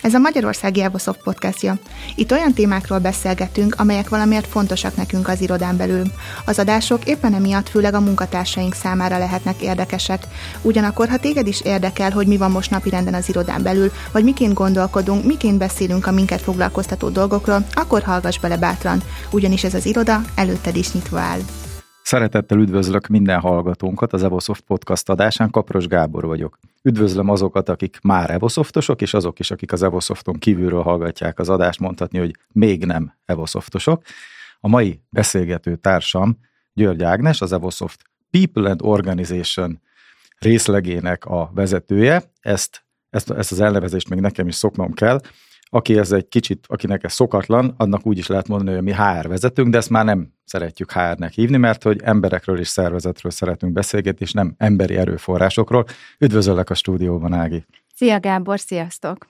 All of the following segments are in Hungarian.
Ez a Magyarországi Evosoft podcastja. Itt olyan témákról beszélgetünk, amelyek valamiért fontosak nekünk az irodán belül. Az adások éppen emiatt főleg a munkatársaink számára lehetnek érdekesek. Ugyanakkor, ha téged is érdekel, hogy mi van most napirenden az irodán belül, vagy miként gondolkodunk, miként beszélünk a minket foglalkoztató dolgokról, akkor hallgass bele bátran, ugyanis ez az iroda előtted is nyitva áll. Szeretettel üdvözlök minden hallgatónkat az Evosoft podcast adásán, Kapros Gábor vagyok. Üdvözlöm azokat, akik már Evosoftosok, és azok is, akik az Evosofton kívülről hallgatják az adást, mondhatni, hogy még nem Evosoftosok. A mai beszélgető társam György Ágnes, az Evosoft People and Organization részlegének a vezetője. Ezt az elnevezést még nekem is szoknom kell. Aki ez egy kicsit, akinek ez szokatlan, annak úgy is lehet mondani, hogy mi HR vezetünk, de ezt már nem szeretjük HR-nek hívni, mert hogy emberekről és szervezetről szeretünk beszélgetni, és nem emberi erőforrásokról. Üdvözöllek a stúdióban, Ági! Szia Gábor, sziasztok!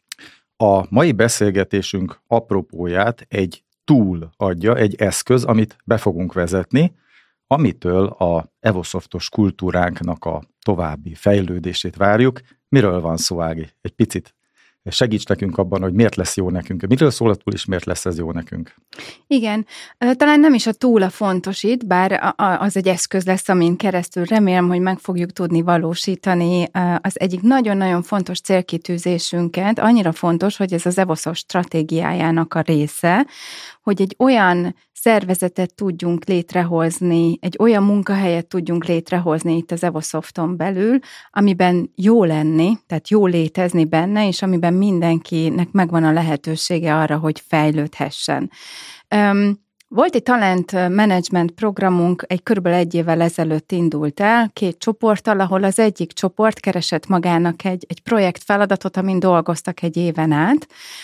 A mai beszélgetésünk apropóját egy tool adja, egy eszköz, amit be fogunk vezetni, amitől a Evosoftos kultúránknak a további fejlődését várjuk. Miről van szó, Ági? Egy picit segíts nekünk abban, hogy miért lesz jó nekünk. Miről szól a tool, és miért lesz ez jó nekünk? Igen, talán nem is a tool a fontos itt, bár az egy eszköz lesz, amin keresztül remélem, hogy meg fogjuk tudni valósítani az egyik nagyon-nagyon fontos célkitűzésünket. Annyira fontos, hogy ez az Evosoft stratégiájának a része, hogy egy olyan szervezetet tudjunk létrehozni, egy olyan munkahelyet tudjunk létrehozni itt az Evosofton belül, amiben jó lenni, tehát jó létezni benne, és amiben mindenkinek megvan a lehetősége arra, hogy fejlődhessen. Volt egy talent management programunk, körülbelül 1 évvel ezelőtt indult el, 2 csoporttal, ahol az egyik csoport keresett magának egy projektfeladatot, amin dolgoztak 1 éven át,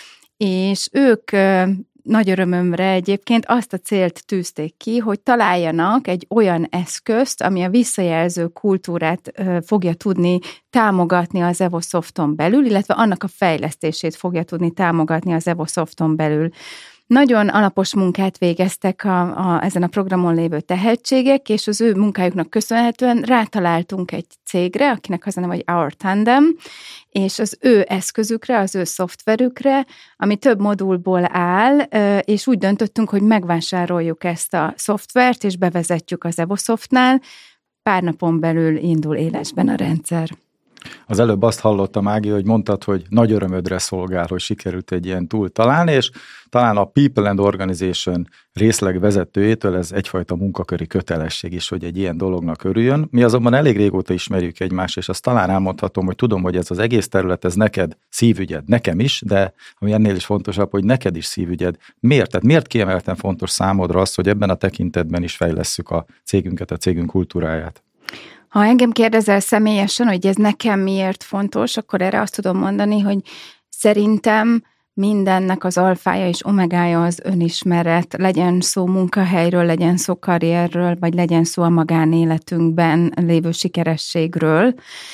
és ők nagy örömömre egyébként azt a célt tűzték ki, hogy találjanak egy olyan eszközt, ami a visszajelző kultúrát fogja tudni támogatni az Evosofton belül, illetve annak a fejlesztését fogja tudni támogatni az Evosofton belül. Nagyon alapos munkát végeztek ezen a programon lévő tehetségek, és az ő munkájuknak köszönhetően rátaláltunk egy cégre, akinek az a neve, hogy Our Tandem, és az ő eszközükre, az ő szoftverükre, ami több modulból áll, és úgy döntöttünk, hogy megvásároljuk ezt a szoftvert, és bevezetjük az Evosoftnál. Pár napon belül indul élesben a rendszer. Az előbb azt hallottam, Ági, hogy mondtad, hogy nagy örömödre szolgál, hogy sikerült egy ilyen tool találni, és talán a People and Organization részleg vezetőjétől ez egyfajta munkaköri kötelesség is, hogy egy ilyen dolognak örüljön. Mi azonban elég régóta ismerjük egymást, és azt talán elmondhatom, hogy tudom, hogy ez az egész terület, ez neked szívügyed, nekem is, de ami ennél is fontosabb, hogy neked is szívügyed. Miért? Tehát miért kiemelten fontos számodra az, hogy ebben a tekintetben is fejlesszük a cégünket, a cégünk kultúráját? Ha engem kérdezel személyesen, hogy ez nekem miért fontos, akkor erre azt tudom mondani, hogy szerintem mindennek az alfája és omegája az önismeret, legyen szó munkahelyről, legyen szó karrierről, vagy legyen szó a magánéletünkben lévő sikerességről,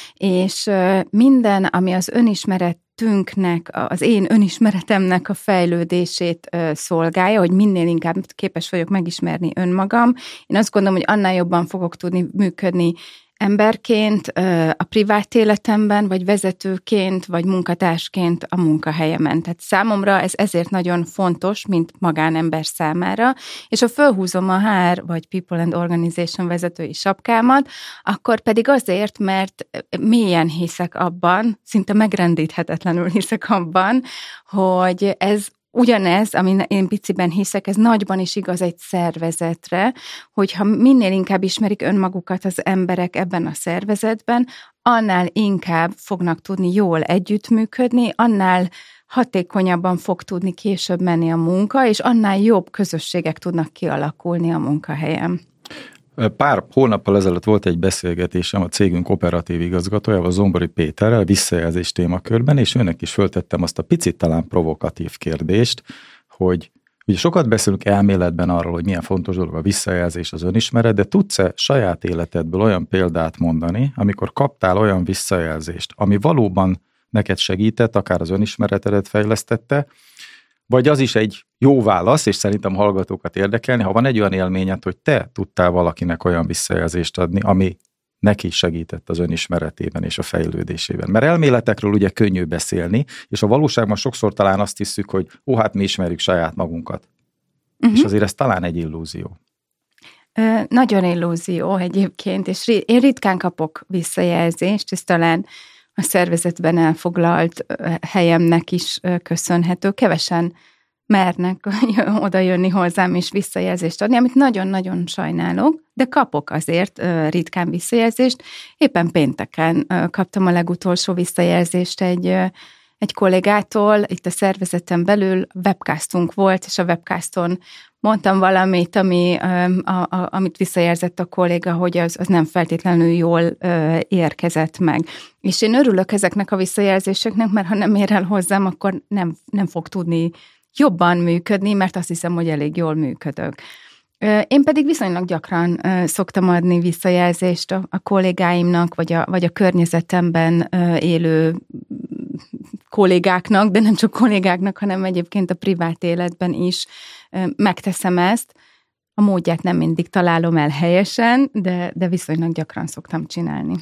és minden, ami az önismeretünknek, az én önismeretemnek a fejlődését szolgálja, hogy minél inkább képes vagyok megismerni önmagam. Én azt gondolom, hogy annál jobban fogok tudni működni emberként, a privát életemben, vagy vezetőként, vagy munkatársként a munkahelyemen. Tehát számomra ez ezért nagyon fontos, mint magánember számára, és ha fölhúzom a HR, vagy People and Organization vezetői sapkámat, akkor pedig azért, mert mélyen hiszek abban, szinte megrendíthetetlenül hiszek abban, hogy ez ugyanez, amin én piciben hiszek, ez nagyban is igaz egy szervezetre, hogyha minél inkább ismerik önmagukat az emberek ebben a szervezetben, annál inkább fognak tudni jól együttműködni, annál hatékonyabban fog tudni később menni a munka, és annál jobb közösségek tudnak kialakulni a munkahelyen. Pár hónappal ezelőtt volt egy beszélgetésem a cégünk operatív igazgatójával, Zombori Péterrel, visszajelzés témakörben, és önnek is föltettem azt a picit talán provokatív kérdést, hogy ugye sokat beszélünk elméletben arról, hogy milyen fontos dolog a visszajelzés, az önismeret, de tudsz-e saját életedből olyan példát mondani, amikor kaptál olyan visszajelzést, ami valóban neked segített, akár az önismeretedet fejlesztette, vagy az is egy jó válasz, és szerintem hallgatókat érdekelni, ha van egy olyan élményed, hogy te tudtál valakinek olyan visszajelzést adni, ami neki segített az önismeretében és a fejlődésében. Mert elméletekről ugye könnyű beszélni, és a valóságban sokszor talán azt hiszük, hogy hát mi ismerjük saját magunkat. És azért ez talán egy illúzió. Nagyon illúzió egyébként, és én ritkán kapok visszajelzést, ez talán a szervezetben elfoglalt helyemnek is köszönhető. Kevesen mernek oda jönni hozzám és visszajelzést adni, amit nagyon-nagyon sajnálok, de kapok azért ritkán visszajelzést. Éppen pénteken kaptam a legutolsó visszajelzést egy kollégától, itt a szervezeten belül webcastunk volt, és a webcaston mondtam valamit, amit visszajelzett a kolléga, hogy az nem feltétlenül jól érkezett meg. És én örülök ezeknek a visszajelzéseknek, mert ha nem ér el hozzám, akkor nem fog tudni jobban működni, mert azt hiszem, hogy elég jól működök. Én pedig viszonylag gyakran szoktam adni visszajelzést a kollégáimnak, vagy a környezetemben élő kollégáknak, de nem csak kollégáknak, hanem egyébként a privát életben is megteszem ezt. A módját nem mindig találom el helyesen, de viszonylag gyakran szoktam csinálni.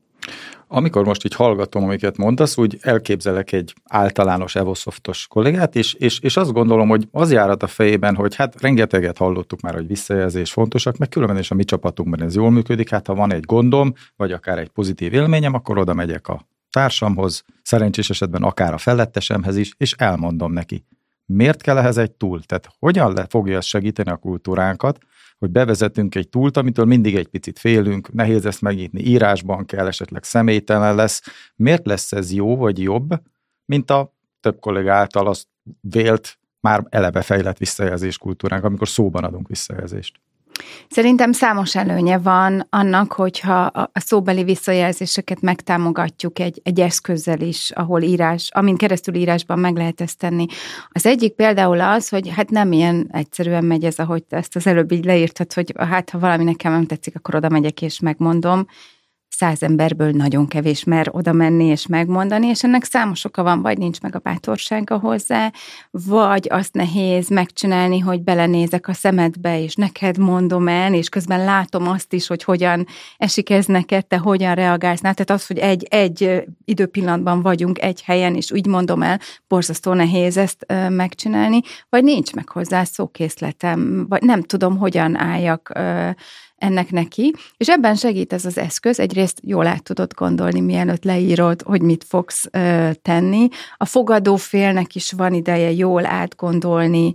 Amikor most így hallgatom, amiket mondasz, úgy elképzelek egy általános Evosoftos kollégát, és azt gondolom, hogy az járat a fejében, hogy hát rengeteget hallottuk már, hogy visszajelzés fontosak, meg különben is a mi csapatunkban ez jól működik, hát ha van egy gondom, vagy akár egy pozitív élményem, akkor oda megyek a társamhoz, szerencsés esetben akár a felettesemhez is, és elmondom neki. Miért kell ehhez egy tool? Tehát hogyan fogja ez segíteni a kultúránkat, hogy bevezetünk egy toolt, amitől mindig egy picit félünk, nehéz ezt megnyitni, írásban kell, esetleg személytelen lesz. Miért lesz ez jó vagy jobb, mint a több kolléga által azt vélt, már eleve fejlett visszajelzés kultúránk, amikor szóban adunk visszajelzést? Szerintem számos előnye van annak, hogyha a szóbeli visszajelzéseket megtámogatjuk egy eszközzel is, amin keresztül írásban meg lehet ezt tenni. Az egyik például az, hogy hát nem ilyen egyszerűen megy ez, ahogy ezt az előbb így leírtad, hogy hát ha valami nekem nem tetszik, akkor oda megyek és megmondom. 100 emberből nagyon kevés mer oda menni és megmondani, és ennek számos oka van, vagy nincs meg a bátorsága hozzá, vagy azt nehéz megcsinálni, hogy belenézek a szemedbe, és neked mondom el, és közben látom azt is, hogy hogyan esik ez neked, te hogyan reagálsz. Tehát az, hogy egy időpillanatban vagyunk egy helyen, és úgy mondom el, borzasztó nehéz ezt megcsinálni, vagy nincs meg hozzá szókészletem, vagy nem tudom, hogyan álljak ennek neki, és ebben segít ez az eszköz, egyrészt jól át tudod gondolni, mielőtt leírod, hogy mit fogsz tenni. A fogadó félnek is van ideje jól átgondolni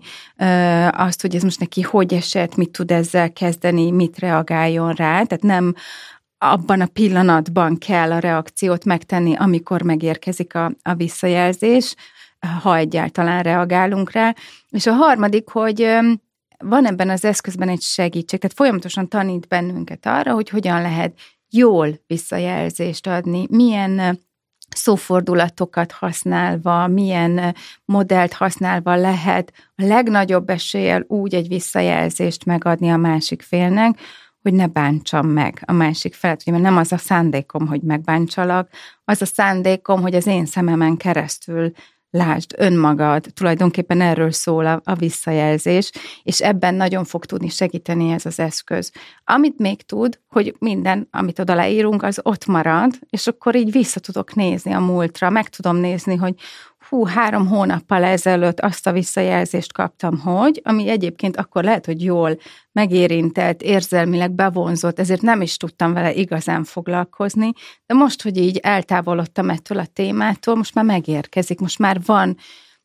azt, hogy ez most neki hogy esett, mit tud ezzel kezdeni, mit reagáljon rá, tehát nem abban a pillanatban kell a reakciót megtenni, amikor megérkezik a visszajelzés, ha egyáltalán reagálunk rá. És a harmadik, hogy van ebben az eszközben egy segítség, tehát folyamatosan tanít bennünket arra, hogy hogyan lehet jól visszajelzést adni, milyen szófordulatokat használva, milyen modellt használva lehet a legnagyobb eséllyel úgy egy visszajelzést megadni a másik félnek, hogy ne bántsam meg a másik felet, mert nem az a szándékom, hogy megbántsalak, az a szándékom, hogy az én szememen keresztül lásd önmagad, tulajdonképpen erről szól a visszajelzés, és ebben nagyon fog tudni segíteni ez az eszköz. Amit még tud, hogy minden, amit oda leírunk, az ott marad, és akkor így vissza tudok nézni a múltra, meg tudom nézni, hogy 3 hónappal ezelőtt azt a visszajelzést kaptam, ami egyébként akkor lehet, hogy jól megérintett, érzelmileg bevonzott, ezért nem is tudtam vele igazán foglalkozni, de most, hogy így eltávolodtam ettől a témától, most már megérkezik, most már van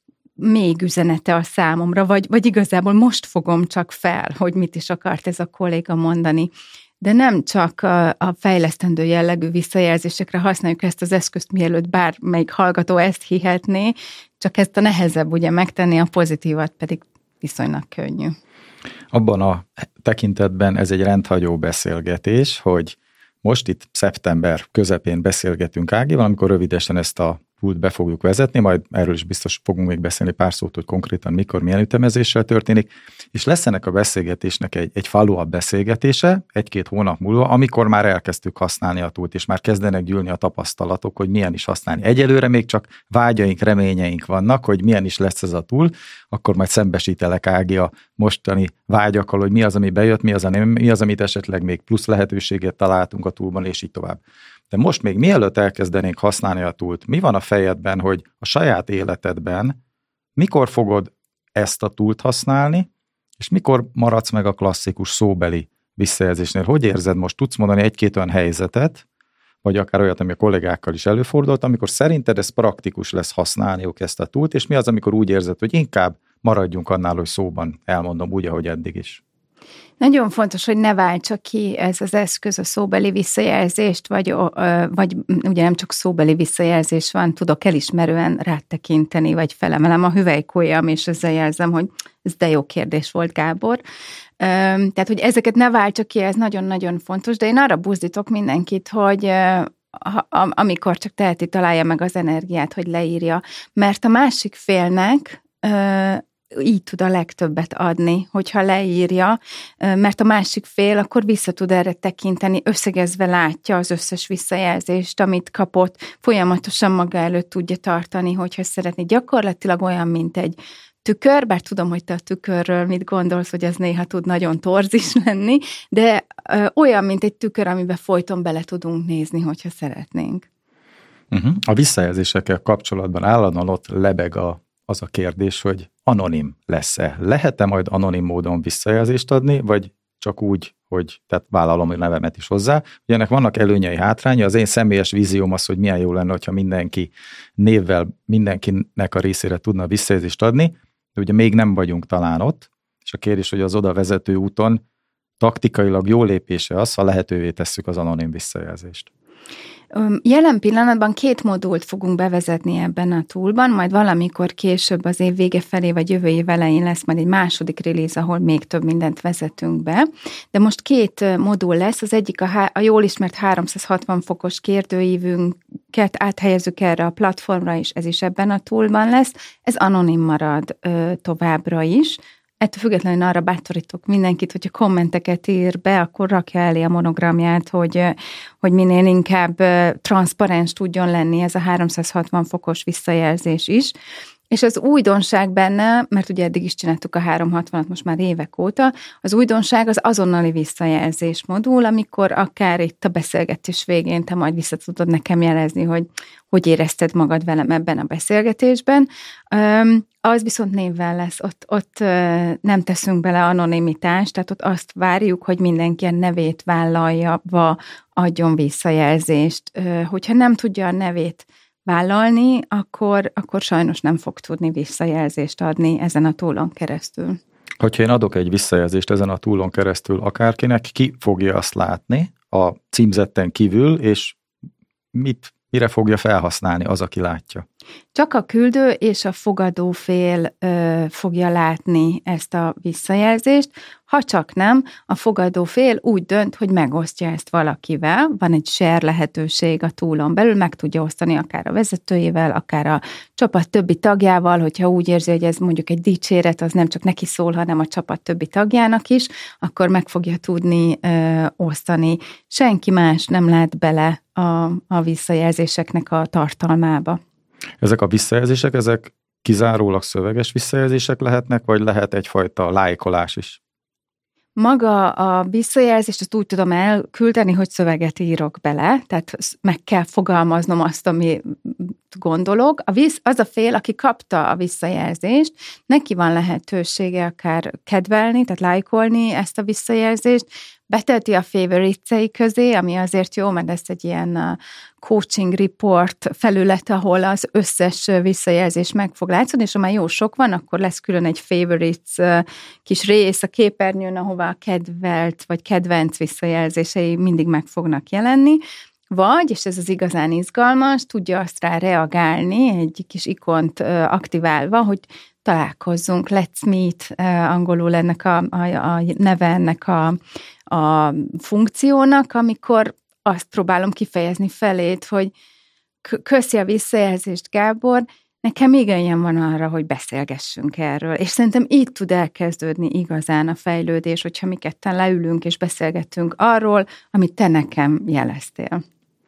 még üzenete a számomra, vagy igazából most fogom csak fel, hogy mit is akart ez a kolléga mondani. De nem csak a fejlesztendő jellegű visszajelzésekre használjuk ezt az eszközt, mielőtt bármelyik hallgató ezt hihetné, csak ezt a nehezebb ugye megtenni, a pozitívat pedig viszonylag könnyű. Abban a tekintetben ez egy rendhagyó beszélgetés, hogy most itt szeptember közepén beszélgetünk Ágival, amikor rövidesen ezt a túlt be fogjuk vezetni, majd erről is biztos fogunk még beszélni pár szót, hogy konkrétan mikor, milyen ütemezéssel történik, és lesz ennek a beszélgetésnek egy follow-up beszélgetése 1-2 hónap múlva, amikor már elkezdtük használni a túlt, és már kezdenek gyűlni a tapasztalatok, hogy milyen is használni. Egyelőre még csak vágyaink, reményeink vannak, hogy milyen is lesz ez a túl, akkor majd szembesítelek, Ági, a mostani vágyakkal, hogy mi az, ami bejött, mi az, amit esetleg még plusz lehetőséget találtunk a túlban, és így tovább. De most még mielőtt elkezdenénk használni a túlt, mi van a fejedben, hogy a saját életedben mikor fogod ezt a túlt használni, és mikor maradsz meg a klasszikus szóbeli visszajelzésnél? Hogy érzed, most tudsz mondani 1-2 olyan helyzetet, vagy akár olyat, ami a kollégákkal is előfordult, amikor szerinted ez praktikus lesz használniuk ezt a túlt, és mi az, amikor úgy érzed, hogy inkább maradjunk annál, hogy szóban elmondom úgy, ahogy eddig is? Nagyon fontos, hogy ne váltsa ki ez az eszköz a szóbeli visszajelzést, vagy ugye nem csak szóbeli visszajelzés van, tudok elismerően rátekinteni, vagy felemelem a hüvelykujjam, és ezzel jelzem, hogy ez de jó kérdés volt, Gábor. Tehát, hogy ezeket ne váltsa ki, ez nagyon-nagyon fontos, de én arra buzdítok mindenkit, hogy amikor csak teheti, találja meg az energiát, hogy leírja, mert a másik félnek így tud a legtöbbet adni, hogyha leírja, mert a másik fél akkor vissza tud erre tekinteni, összegezve látja az összes visszajelzést, amit kapott, folyamatosan maga előtt tudja tartani, hogyha szeretné. Gyakorlatilag olyan, mint egy tükör, bár tudom, hogy te a tükörről mit gondolsz, hogy az néha tud nagyon torz is lenni, de olyan, mint egy tükör, amiben folyton bele tudunk nézni, hogyha szeretnénk. A visszajelzésekkel kapcsolatban állandóan ott lebeg az a kérdés, hogy anonim lesz-e. Lehet-e majd anonim módon visszajelzést adni, vagy csak úgy, hogy tehát vállalom a nevemet is hozzá. Ugye ennek vannak előnyei, hátrányai. Az én személyes vízióm az, hogy milyen jó lenne, hogyha mindenki névvel mindenkinek a részére tudna visszajelzést adni, de ugye még nem vagyunk talán ott, és a kérdés, hogy az oda vezető úton taktikailag jó lépése az, ha lehetővé tesszük az anonim visszajelzést. Jelen pillanatban 2 modult fogunk bevezetni ebben a toolban, majd valamikor később az év vége felé, vagy jövő év elején lesz majd egy második release, ahol még több mindent vezetünk be. De most 2 modul lesz, az egyik a jól ismert 360 fokos kérdőívünket áthelyezzük erre a platformra, és ez is ebben a toolban lesz. Ez anonim marad továbbra is. Ettől függetlenül arra bátorítok mindenkit, hogyha kommenteket ír be, akkor rakja elé a monogramját, hogy minél inkább transzparens tudjon lenni ez a 360 fokos visszajelzés is. És az újdonság benne, mert ugye eddig is csináltuk a 360-at most már évek óta, az újdonság az azonnali visszajelzés modul, amikor akár itt a beszélgetés végén te majd vissza tudod nekem jelezni, hogy érezted magad velem ebben a beszélgetésben. Az viszont névvel lesz, ott nem teszünk bele anonimitást, tehát ott azt várjuk, hogy mindenki a nevét vállalja, adjon visszajelzést. Hogyha nem tudja a nevét vállalni, akkor sajnos nem fog tudni visszajelzést adni ezen a toolon keresztül. Hogyha én adok egy visszajelzést ezen a toolon keresztül akárkinek, ki fogja azt látni a címzetten kívül, és mire fogja felhasználni az, aki látja? Csak a küldő és a fogadó fél fogja látni ezt a visszajelzést, ha csak nem, a fogadó fél úgy dönt, hogy megosztja ezt valakivel, van egy share lehetőség a toolon belül, meg tudja osztani akár a vezetőjével, akár a csapat többi tagjával, hogyha úgy érzi, hogy ez mondjuk egy dicséret, az nem csak neki szól, hanem a csapat többi tagjának is, akkor meg fogja tudni osztani. Senki más nem lát bele a visszajelzéseknek a tartalmába. Ezek a visszajelzések, ezek kizárólag szöveges visszajelzések lehetnek, vagy lehet egyfajta lájkolás is? Maga a visszajelzést azt úgy tudom elküldeni, hogy szöveget írok bele, tehát meg kell fogalmaznom azt, ami gondolok. Az a fél, aki kapta a visszajelzést, neki van lehetősége akár kedvelni, tehát lájkolni ezt a visszajelzést, betölti a favorites-ei közé, ami azért jó, mert ez egy ilyen coaching report felület, ahol az összes visszajelzés meg fog látszani, és ha már jó sok van, akkor lesz külön egy favorites kis rész a képernyőn, ahová a kedvelt vagy kedvenc visszajelzései mindig meg fognak jelenni, vagy, és ez az igazán izgalmas, tudja azt rá reagálni, egy kis ikont aktiválva, hogy találkozzunk, let's meet, angolul ennek a neve ennek a funkciónak, amikor azt próbálom kifejezni felét, hogy köszi a visszajelzést, Gábor, nekem igényem van arra, hogy beszélgessünk erről, és szerintem így tud elkezdődni igazán a fejlődés, hogyha mi ketten leülünk és beszélgetünk arról, amit te nekem jeleztél.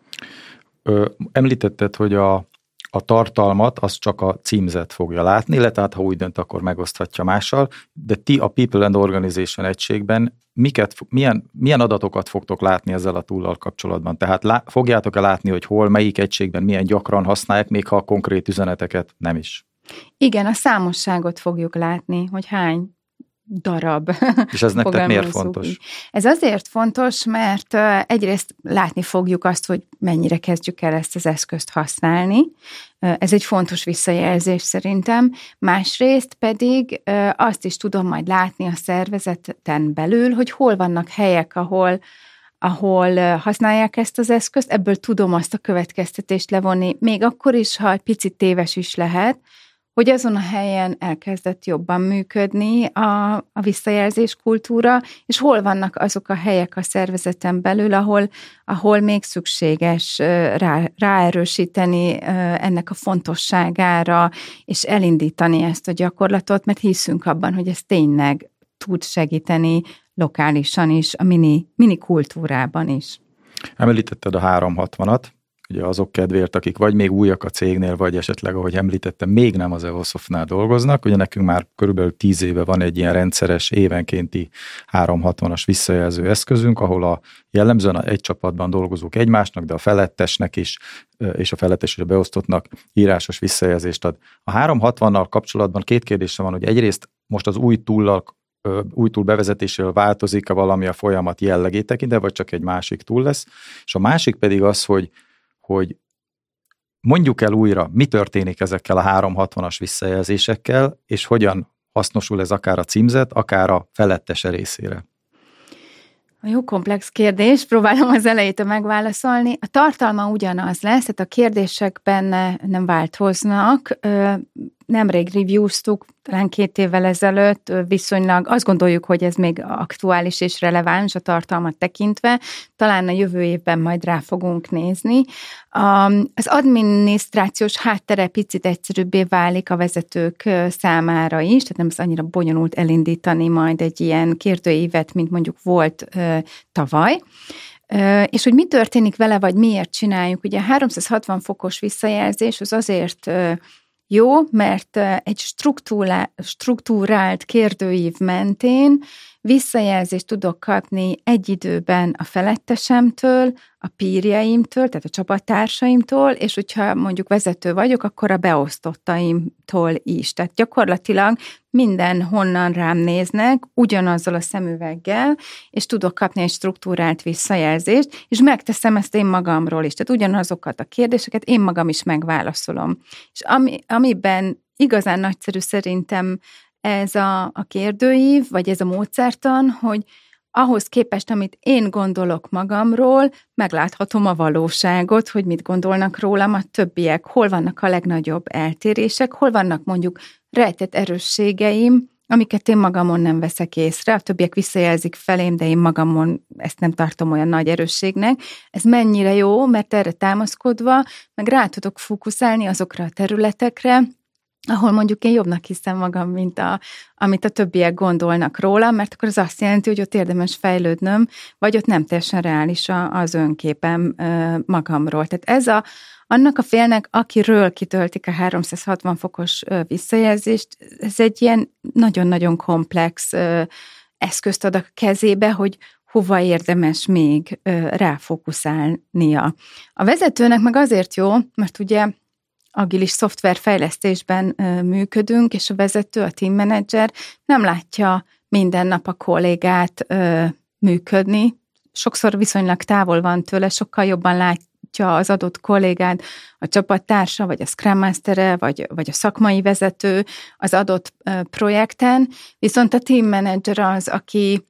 Említetted, hogy a tartalmat az csak a címzet fogja látni, illetve hát, ha úgy dönt, akkor megoszthatja mással, de ti a People and Organization egységben milyen adatokat fogtok látni ezzel a túllal kapcsolatban? Tehát fogjátok-e látni, hogy hol, melyik egységben milyen gyakran használják, még ha a konkrét üzeneteket nem is? Igen, a számosságot fogjuk látni, hogy hány darab. És ez nektek miért fontos? Ez azért fontos, mert egyrészt látni fogjuk azt, hogy mennyire kezdjük el ezt az eszközt használni. Ez egy fontos visszajelzés szerintem. Másrészt pedig azt is tudom majd látni a szervezeten belül, hogy hol vannak helyek, ahol használják ezt az eszközt. Ebből tudom azt a következtetést levonni, még akkor is, ha egy picit téves is lehet, hogy azon a helyen elkezdett jobban működni a visszajelzés kultúra, és hol vannak azok a helyek a szervezeten belül, ahol még szükséges ráerősíteni ennek a fontosságára, és elindítani ezt a gyakorlatot, mert hiszünk abban, hogy ez tényleg tud segíteni lokálisan is, a mini kultúrában is. Említetted a 360-at, ugye azok kedvéért, akik vagy még újak a cégnél, vagy esetleg, ahogy említettem, még nem az Evosoftnál dolgoznak. Ugye nekünk már körülbelül 10 éve van egy ilyen rendszeres, évenkénti 360-as visszajelző eszközünk, ahol jellemzően egy csapatban dolgozók egymásnak, de a felettesnek is, és a felettes és a beosztottnak írásos visszajelzést ad. A 360-nal kapcsolatban 2 kérdésem van, hogy egyrészt most az új túl bevezetésével változik-e valami a folyamat jellegét tekintve, vagy csak egy másik túl lesz. És a másik pedig az, hogy mondjuk el újra, mi történik ezekkel a 360-as visszajelzésekkel, és hogyan hasznosul ez akár a címzet, akár a felettese részére. Jó komplex kérdés, próbálom az elejétől megválaszolni. A tartalma ugyanaz lesz, tehát a kérdések benne nem változnak. Nemrég reviewztuk, talán 2 évvel ezelőtt, viszonylag azt gondoljuk, hogy ez még aktuális és releváns a tartalmat tekintve, talán a jövő évben majd rá fogunk nézni. Az adminisztrációs háttere picit egyszerűbbé válik a vezetők számára is, tehát nem az annyira bonyolult elindítani majd egy ilyen kérdőívet, mint mondjuk volt tavaly. És hogy mi történik vele, vagy miért csináljuk. Ugye a 360 fokos visszajelzés az azért jó, mert egy struktúrált kérdőív mentén visszajelzést tudok kapni egy időben a felettesemtől, a peerjeimtől, tehát a csapattársaimtól, és hogyha mondjuk vezető vagyok, akkor a beosztottaimtól is. Tehát gyakorlatilag mindenhonnan rám néznek, ugyanazzal a szemüveggel, és tudok kapni egy struktúrált visszajelzést, és megteszem ezt én magamról is. Tehát ugyanazokat a kérdéseket én magam is megválaszolom. És amiben igazán nagyszerű szerintem ez a kérdőív, vagy ez a módszertan, hogy ahhoz képest, amit én gondolok magamról, megláthatom a valóságot, hogy mit gondolnak rólam a többiek, hol vannak a legnagyobb eltérések, hol vannak mondjuk rejtett erősségeim, amiket én magamon nem veszek észre, a többiek visszajelzik felém, de én magamon ezt nem tartom olyan nagy erősségnek. Ez mennyire jó, mert erre támaszkodva, meg rá tudok fókuszálni azokra a területekre, ahol mondjuk én jobbnak hiszem magam, mint amit a többiek gondolnak róla, mert akkor az azt jelenti, hogy ott érdemes fejlődnöm, vagy ott nem teljesen reális az önképem magamról. Tehát ez annak a félnek, akiről kitöltik a 360 fokos visszajelzést, ez egy ilyen nagyon-nagyon komplex eszközt ad a kezébe, hogy hova érdemes még ráfókuszálnia. A vezetőnek meg azért jó, mert ugye agilis szoftverfejlesztésben működünk, és a vezető, a team manager nem látja minden nap a kollégát működni. Sokszor viszonylag távol van tőle, sokkal jobban látja az adott kollégát, a csapattársa, vagy a Scrum Mastere, vagy a szakmai vezető az adott projekten, viszont a team manager az, aki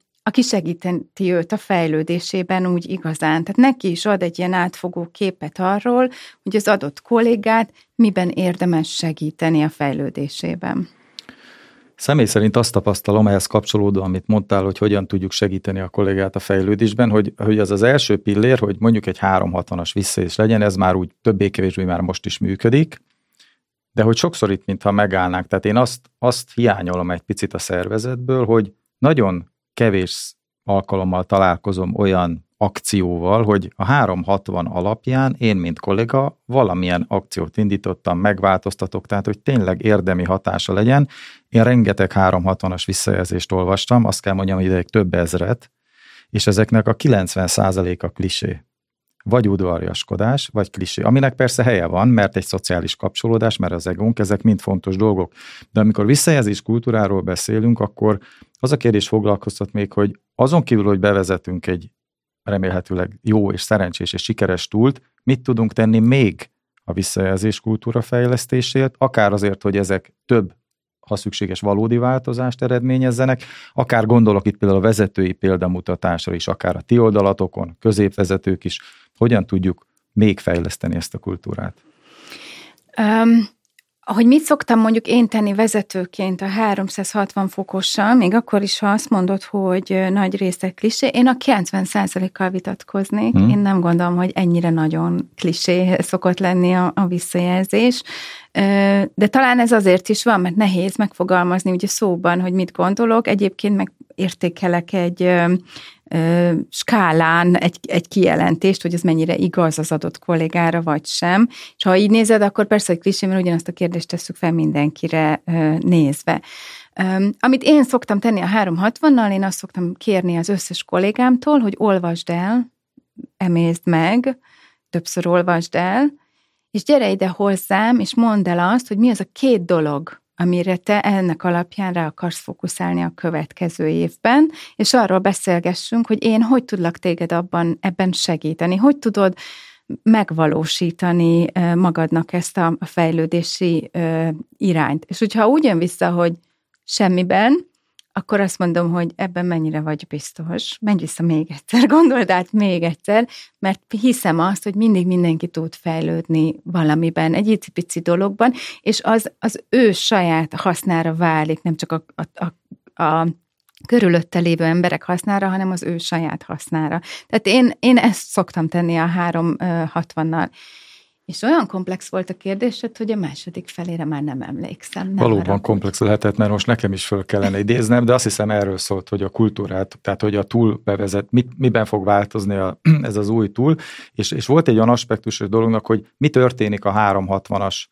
segíti őt a fejlődésében úgy igazán. Tehát neki is ad egy ilyen átfogó képet arról, hogy az adott kollégát miben érdemes segíteni a fejlődésében. Személy szerint azt tapasztalom ehhez kapcsolódóan, amit mondtál, hogy hogyan tudjuk segíteni a kollégát a fejlődésben, hogy az első pillér, hogy mondjuk egy 360-as visszajelzés legyen, ez már úgy többé-kevésbé már most is működik, de hogy sokszor itt mintha megállnánk. Tehát én azt hiányolom egy picit a szervezetből, hogy nagyon kevés alkalommal találkozom olyan akcióval, hogy a 360 alapján én, mint kolléga, valamilyen akciót indítottam, megváltoztatok, tehát hogy tényleg érdemi hatása legyen. Én rengeteg 360-as visszajelzést olvastam, azt kell mondjam, ideig több ezret, és ezeknek a 90%-a klisé. Vagy udvariaskodás, vagy klisé, aminek persze helye van, mert egy szociális kapcsolódás, mert az egónk, ezek mind fontos dolgok. De amikor visszajelzés kultúráról beszélünk, akkor az a kérdés foglalkoztat még, hogy azon kívül, hogy bevezetünk egy remélhetőleg jó és szerencsés és sikeres túlt, mit tudunk tenni még a visszajelzés kultúra fejlesztésért, akár azért, hogy ezek több, ha szükséges, valódi változást eredményezzenek, akár gondolok itt például a vezetői példamutatásra is, akár a ti oldalatokon, középvezetők is, hogyan tudjuk még fejleszteni ezt a kultúrát? Ahogy mit szoktam mondjuk én tenni vezetőként a 360 fokossal, még akkor is, ha azt mondod, hogy nagy része klisé, én a 90%-kal vitatkoznék. Én nem gondolom, hogy ennyire nagyon klisé szokott lenni a visszajelzés, de talán ez azért is van, mert nehéz megfogalmazni ugye szóban, hogy mit gondolok. Egyébként meg értékelek egy skálán egy kijelentést, hogy ez mennyire igaz az adott kollégára, vagy sem. És ha így nézed, akkor persze, hogy klisé, mert ugyanazt a kérdést tesszük fel mindenkire nézve. Amit én szoktam tenni a 360-nal, én azt szoktam kérni az összes kollégámtól, hogy olvasd el, emészd meg, többször olvasd el, és gyere ide hozzám, és mondd el azt, hogy mi az a 2 dolog, amire te ennek alapján rá akarsz fókuszálni a következő évben, és arról beszélgessünk, hogy én hogy tudlak téged ebben segíteni, hogy tudod megvalósítani magadnak ezt a fejlődési irányt. És hogyha úgy jön vissza, hogy semmiben, akkor azt mondom, hogy ebben mennyire vagy biztos. Menj vissza még egyszer, gondold át még egyszer, mert hiszem azt, hogy mindig mindenki tud fejlődni valamiben, egy icipici dologban, és az ő saját hasznára válik, nem csak a körülötte lévő emberek hasznára, hanem az ő saját hasznára. Tehát én ezt szoktam tenni a 360-nal. És olyan komplex volt a kérdésed, hogy a második felére már nem emlékszem. Valóban komplex lehetett, mert most nekem is föl kellene idéznem, de azt hiszem erről szólt, hogy a kultúrát, tehát hogy a túl bevezet, miben fog változni ez az új túl, és volt egy olyan aspektusos dolognak, hogy mi történik a 360-as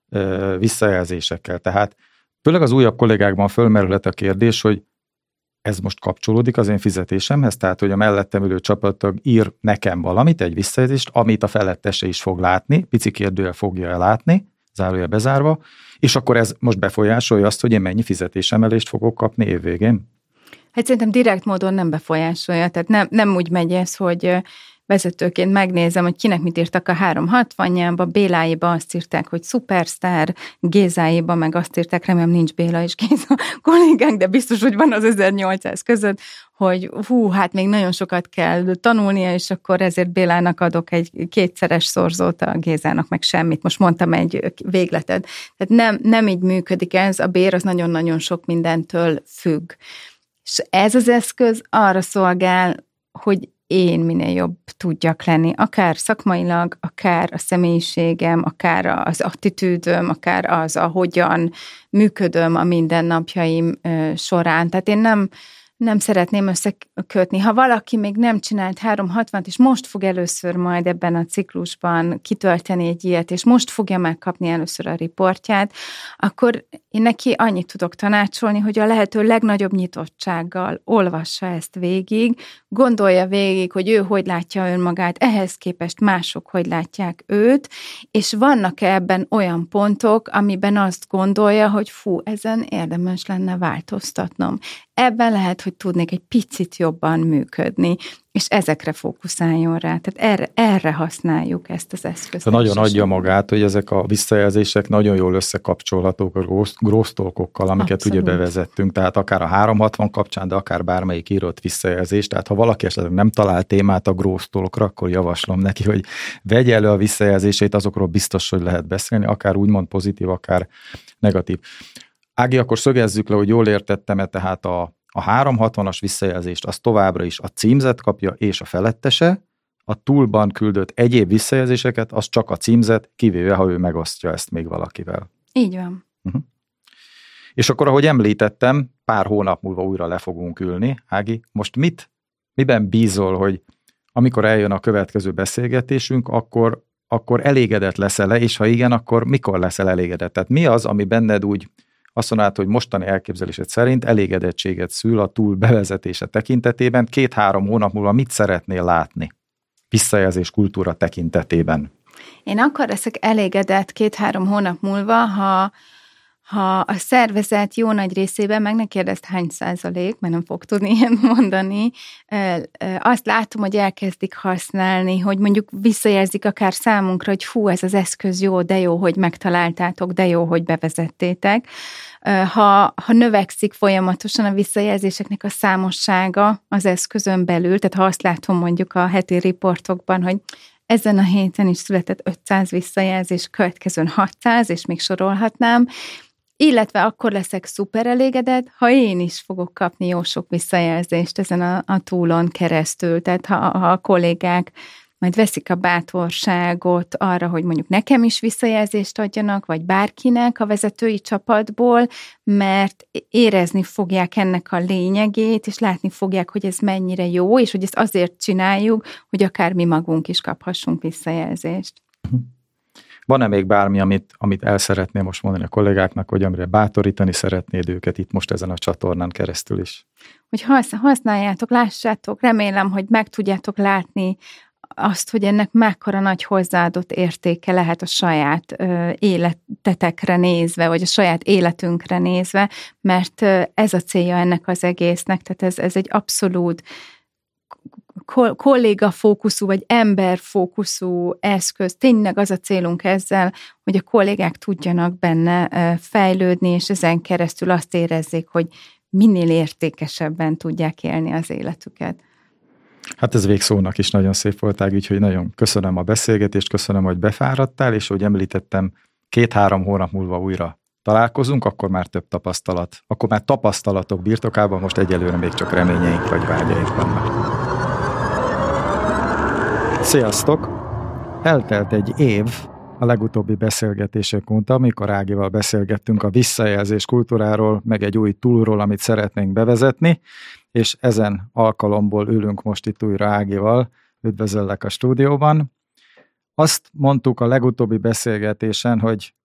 visszajelzésekkel. Tehát főleg az újabb kollégákban fölmerülhet a kérdés, hogy ez most kapcsolódik az én fizetésemhez, tehát hogy a mellettem ülő csapattag ír nekem valamit, egy visszajelzést, amit a felettese is fog látni, pici kérdőjel fogja ellátni, zárójel bezárva, és akkor ez most befolyásolja azt, hogy én mennyi fizetésemelést fogok kapni évvégén? Hát szerintem direkt módon nem befolyásolja, tehát nem úgy megy ez, hogy vezetőként megnézem, hogy kinek mit írtak a 360-jába, Béláiba azt írták, hogy szupersztár, Gézáiba meg azt írták, remélem nincs Béla és Géza kollégánk, de biztos, hogy van az 1800 között, hogy hát még nagyon sokat kell tanulnia, és akkor ezért Bélának adok egy 2-szeres szorzót, a Gézának meg semmit. Most mondtam egy végletet. Tehát nem így működik ez, a bér az nagyon-nagyon sok mindentől függ. És ez az eszköz arra szolgál, hogy én minél jobb tudjak lenni, akár szakmailag, akár a személyiségem, akár az attitűdöm, akár az, ahogyan működöm a mindennapjaim során. Tehát én nem szeretném összekötni. Ha valaki még nem csinált 360-t, és most fog először majd ebben a ciklusban kitölteni egy ilyet, és most fogja megkapni először a riportját, akkor én neki annyit tudok tanácsolni, hogy a lehető legnagyobb nyitottsággal olvassa ezt végig, gondolja végig, hogy ő hogy látja önmagát, ehhez képest mások hogy látják őt, és vannak-e ebben olyan pontok, amiben azt gondolja, hogy ezen érdemes lenne változtatnom. Ebben lehet, hogy tudnék egy picit jobban működni, és ezekre fókuszáljon rá. Tehát erre használjuk ezt az eszközt. Nagyon adja magát, hogy ezek a visszajelzések nagyon jól összekapcsolhatók a growth talkokkal, amiket Abszolút. ugye bevezettünk, tehát akár a 360 kapcsán, de akár bármelyik írott visszajelzés. Tehát ha valaki esetleg nem talál témát a growth talkra, akkor javaslom neki, hogy vegye elő a visszajelzését, azokról biztos, hogy lehet beszélni, akár úgymond pozitív, akár negatív. Ági, akkor szögezzük le, hogy jól értettem-e, tehát a 360-as visszajelzést az továbbra is a címzet kapja és a felettese, a toolban küldött egyéb visszajelzéseket az csak a címzet, kivéve, ha ő megosztja ezt még valakivel. Így van. És akkor, ahogy említettem, pár hónap múlva újra le fogunk ülni. Ági, most miben bízol, hogy amikor eljön a következő beszélgetésünk, akkor elégedett leszel-e, és ha igen, akkor mikor leszel elégedett? Tehát mi az, ami benned úgy azt mondod, hogy mostani elképzelésed szerint elégedettséget szül a tool bevezetése tekintetében, 2-3 hónap múlva mit szeretnél látni visszajelzés kultúra tekintetében? Én akkor leszek elégedett 2-3 hónap múlva, ha a szervezet jó nagy részében, meg ne kérdezd hány százalék, mert nem fog tudni ilyet mondani, azt látom, hogy elkezdik használni, hogy mondjuk visszajelzik akár számunkra, hogy fú, ez az eszköz jó, de jó, hogy megtaláltátok, de jó, hogy bevezettétek. Ha növekszik folyamatosan a visszajelzéseknek a számossága az eszközön belül, tehát ha azt látom mondjuk a heti riportokban, hogy ezen a héten is született 500 visszajelzés, következőn 600, és még sorolhatnám, illetve akkor leszek szuper elégedett, ha én is fogok kapni jó sok visszajelzést ezen a toolon keresztül. Tehát ha a kollégák majd veszik a bátorságot arra, hogy mondjuk nekem is visszajelzést adjanak, vagy bárkinek a vezetői csapatból, mert érezni fogják ennek a lényegét, és látni fogják, hogy ez mennyire jó, és hogy ezt azért csináljuk, hogy akár mi magunk is kaphassunk visszajelzést. Van-e még bármi, amit el szeretnél most mondani a kollégáknak, hogy amire bátorítani szeretnéd őket itt most ezen a csatornán keresztül is? Hogy használjátok, lássátok, remélem, hogy meg tudjátok látni azt, hogy ennek mekkora nagy hozzáadott értéke lehet a saját életetekre nézve, vagy a saját életünkre nézve, mert ez a célja ennek az egésznek, tehát ez egy abszolút kollégafókuszú, vagy emberfókuszú eszköz. Tényleg az a célunk ezzel, hogy a kollégák tudjanak benne fejlődni, és ezen keresztül azt érezzék, hogy minél értékesebben tudják élni az életüket. Hát ez végszónak is nagyon szép volt, Ági, úgyhogy nagyon köszönöm a beszélgetést, köszönöm, hogy befáradtál, és ahogy említettem, 2-3 hónap múlva újra találkozunk, akkor már tapasztalatok birtokában, most egyelőre még csak reményeink vagy vágyaink vannak. Sziasztok! Eltelt egy év a legutóbbi beszélgetések óta, amikor Ágival beszélgettünk a visszajelzés kultúráról, meg egy új toolról, amit szeretnénk bevezetni, és ezen alkalomból ülünk most itt újra Ágival. Üdvözöllek a stúdióban. Azt mondtuk a legutóbbi beszélgetésen, hogy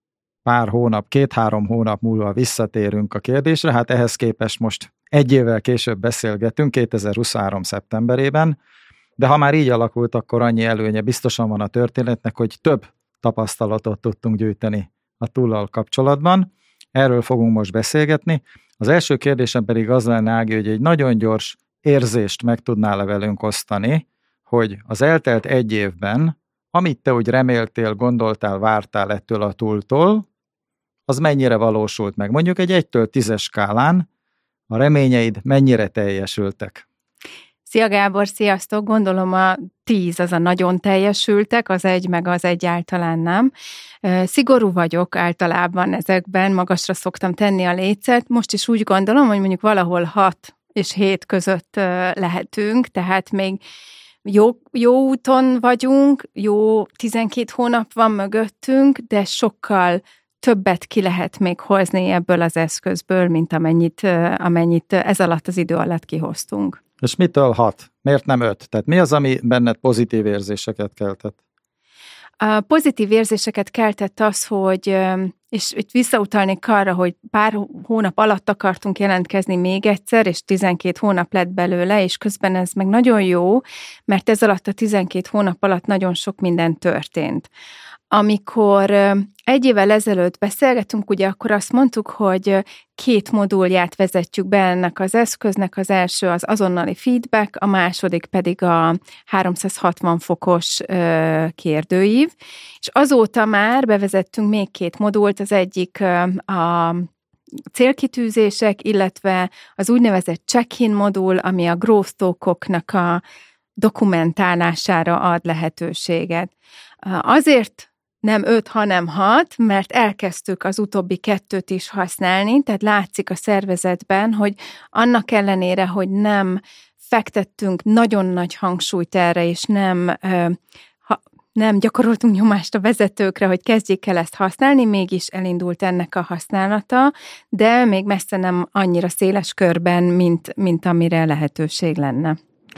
2-3 hónap múlva visszatérünk a kérdésre, hát ehhez képest most egy évvel később beszélgetünk, 2023. szeptemberében, de ha már így alakult, akkor annyi előnye biztosan van a történetnek, hogy több tapasztalatot tudtunk gyűjteni a tool-al kapcsolatban. Erről fogunk most beszélgetni. Az első kérdésem pedig az lenne, Ági, hogy egy nagyon gyors érzést meg tudnál-e velünk osztani, hogy az eltelt egy évben, amit te úgy reméltél, gondoltál, vártál ettől a tooltól, az mennyire valósult meg? Mondjuk egy 1-től 10-es skálán a reményeid mennyire teljesültek? Szia Gábor, sziasztok! Gondolom a 10 az a nagyon teljesültek, az 1 meg az egyáltalán nem. Szigorú vagyok általában ezekben, magasra szoktam tenni a lécet. Most is úgy gondolom, hogy mondjuk valahol 6 és 7 között lehetünk, tehát még jó úton vagyunk, jó 12 hónap van mögöttünk, de sokkal többet ki lehet még hozni ebből az eszközből, mint amennyit ez alatt az idő alatt kihoztunk. És mitől 6? Miért nem 5? Tehát mi az, ami benned pozitív érzéseket keltett? A pozitív érzéseket keltett az, hogy, és itt visszautalnék arra, hogy pár hónap alatt akartunk jelentkezni még egyszer, és 12 hónap lett belőle, és közben ez meg nagyon jó, mert ez alatt a 12 hónap alatt nagyon sok minden történt. Amikor egy évvel ezelőtt beszélgetünk, ugye akkor azt mondtuk, hogy 2 modulját vezetjük be ennek az eszköznek, az első az azonnali feedback, a második pedig a 360 fokos kérdőív, és azóta már bevezettünk még 2 modult, az egyik a célkitűzések, illetve az úgynevezett check-in modul, ami a growth talkoknak a dokumentálására ad lehetőséget. Azért nem 5, hanem 6, mert elkezdtük az utóbbi 2-t is használni, tehát látszik a szervezetben, hogy annak ellenére, hogy nem fektettünk nagyon nagy hangsúlyt erre, és nem gyakoroltunk nyomást a vezetőkre, hogy kezdjék el ezt használni, mégis elindult ennek a használata, de még messze nem annyira széles körben, mint amire lehetőség lenne.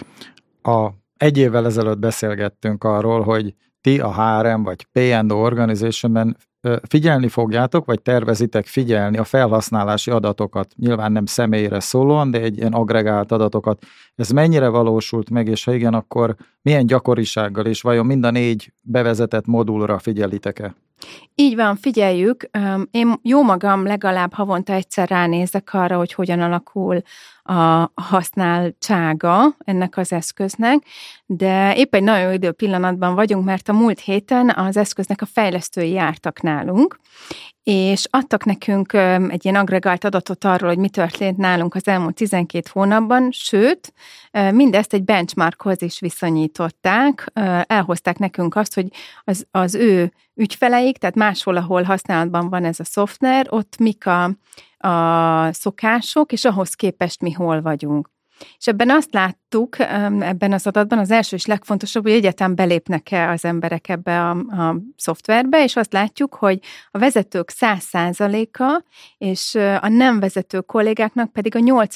Egy évvel ezelőtt beszélgettünk arról, hogy ti a HRM vagy P&O Organizationben figyelni fogjátok, vagy tervezitek figyelni a felhasználási adatokat, nyilván nem személyre szólóan, de egy ilyen agregált adatokat. Ez mennyire valósult meg, és ha igen, akkor milyen gyakorisággal, és vajon mind a 4 bevezetett modulra figyelitek-e? Így van, figyeljük. Én jó magam legalább havonta egyszer ránézek arra, hogy hogyan alakul a használtsága ennek az eszköznek, de épp egy nagyon idő pillanatban vagyunk, mert a múlt héten az eszköznek a fejlesztői jártak nálunk, és adtak nekünk egy ilyen agregált adatot arról, hogy mi történt nálunk az elmúlt 12 hónapban, sőt, mindezt egy benchmarkhoz is viszonyították, elhozták nekünk azt, hogy az ő ügyfeleik, tehát máshol, ahol használatban van ez a szoftver, ott mik a szokások, és ahhoz képest mi hol vagyunk. És ebben azt láttuk, ebben az adatban az első és legfontosabb, hogy egyáltalán belépnek-e az emberek ebbe a szoftverbe, és azt látjuk, hogy a vezetők 100%-a, és a nem vezető kollégáknak pedig a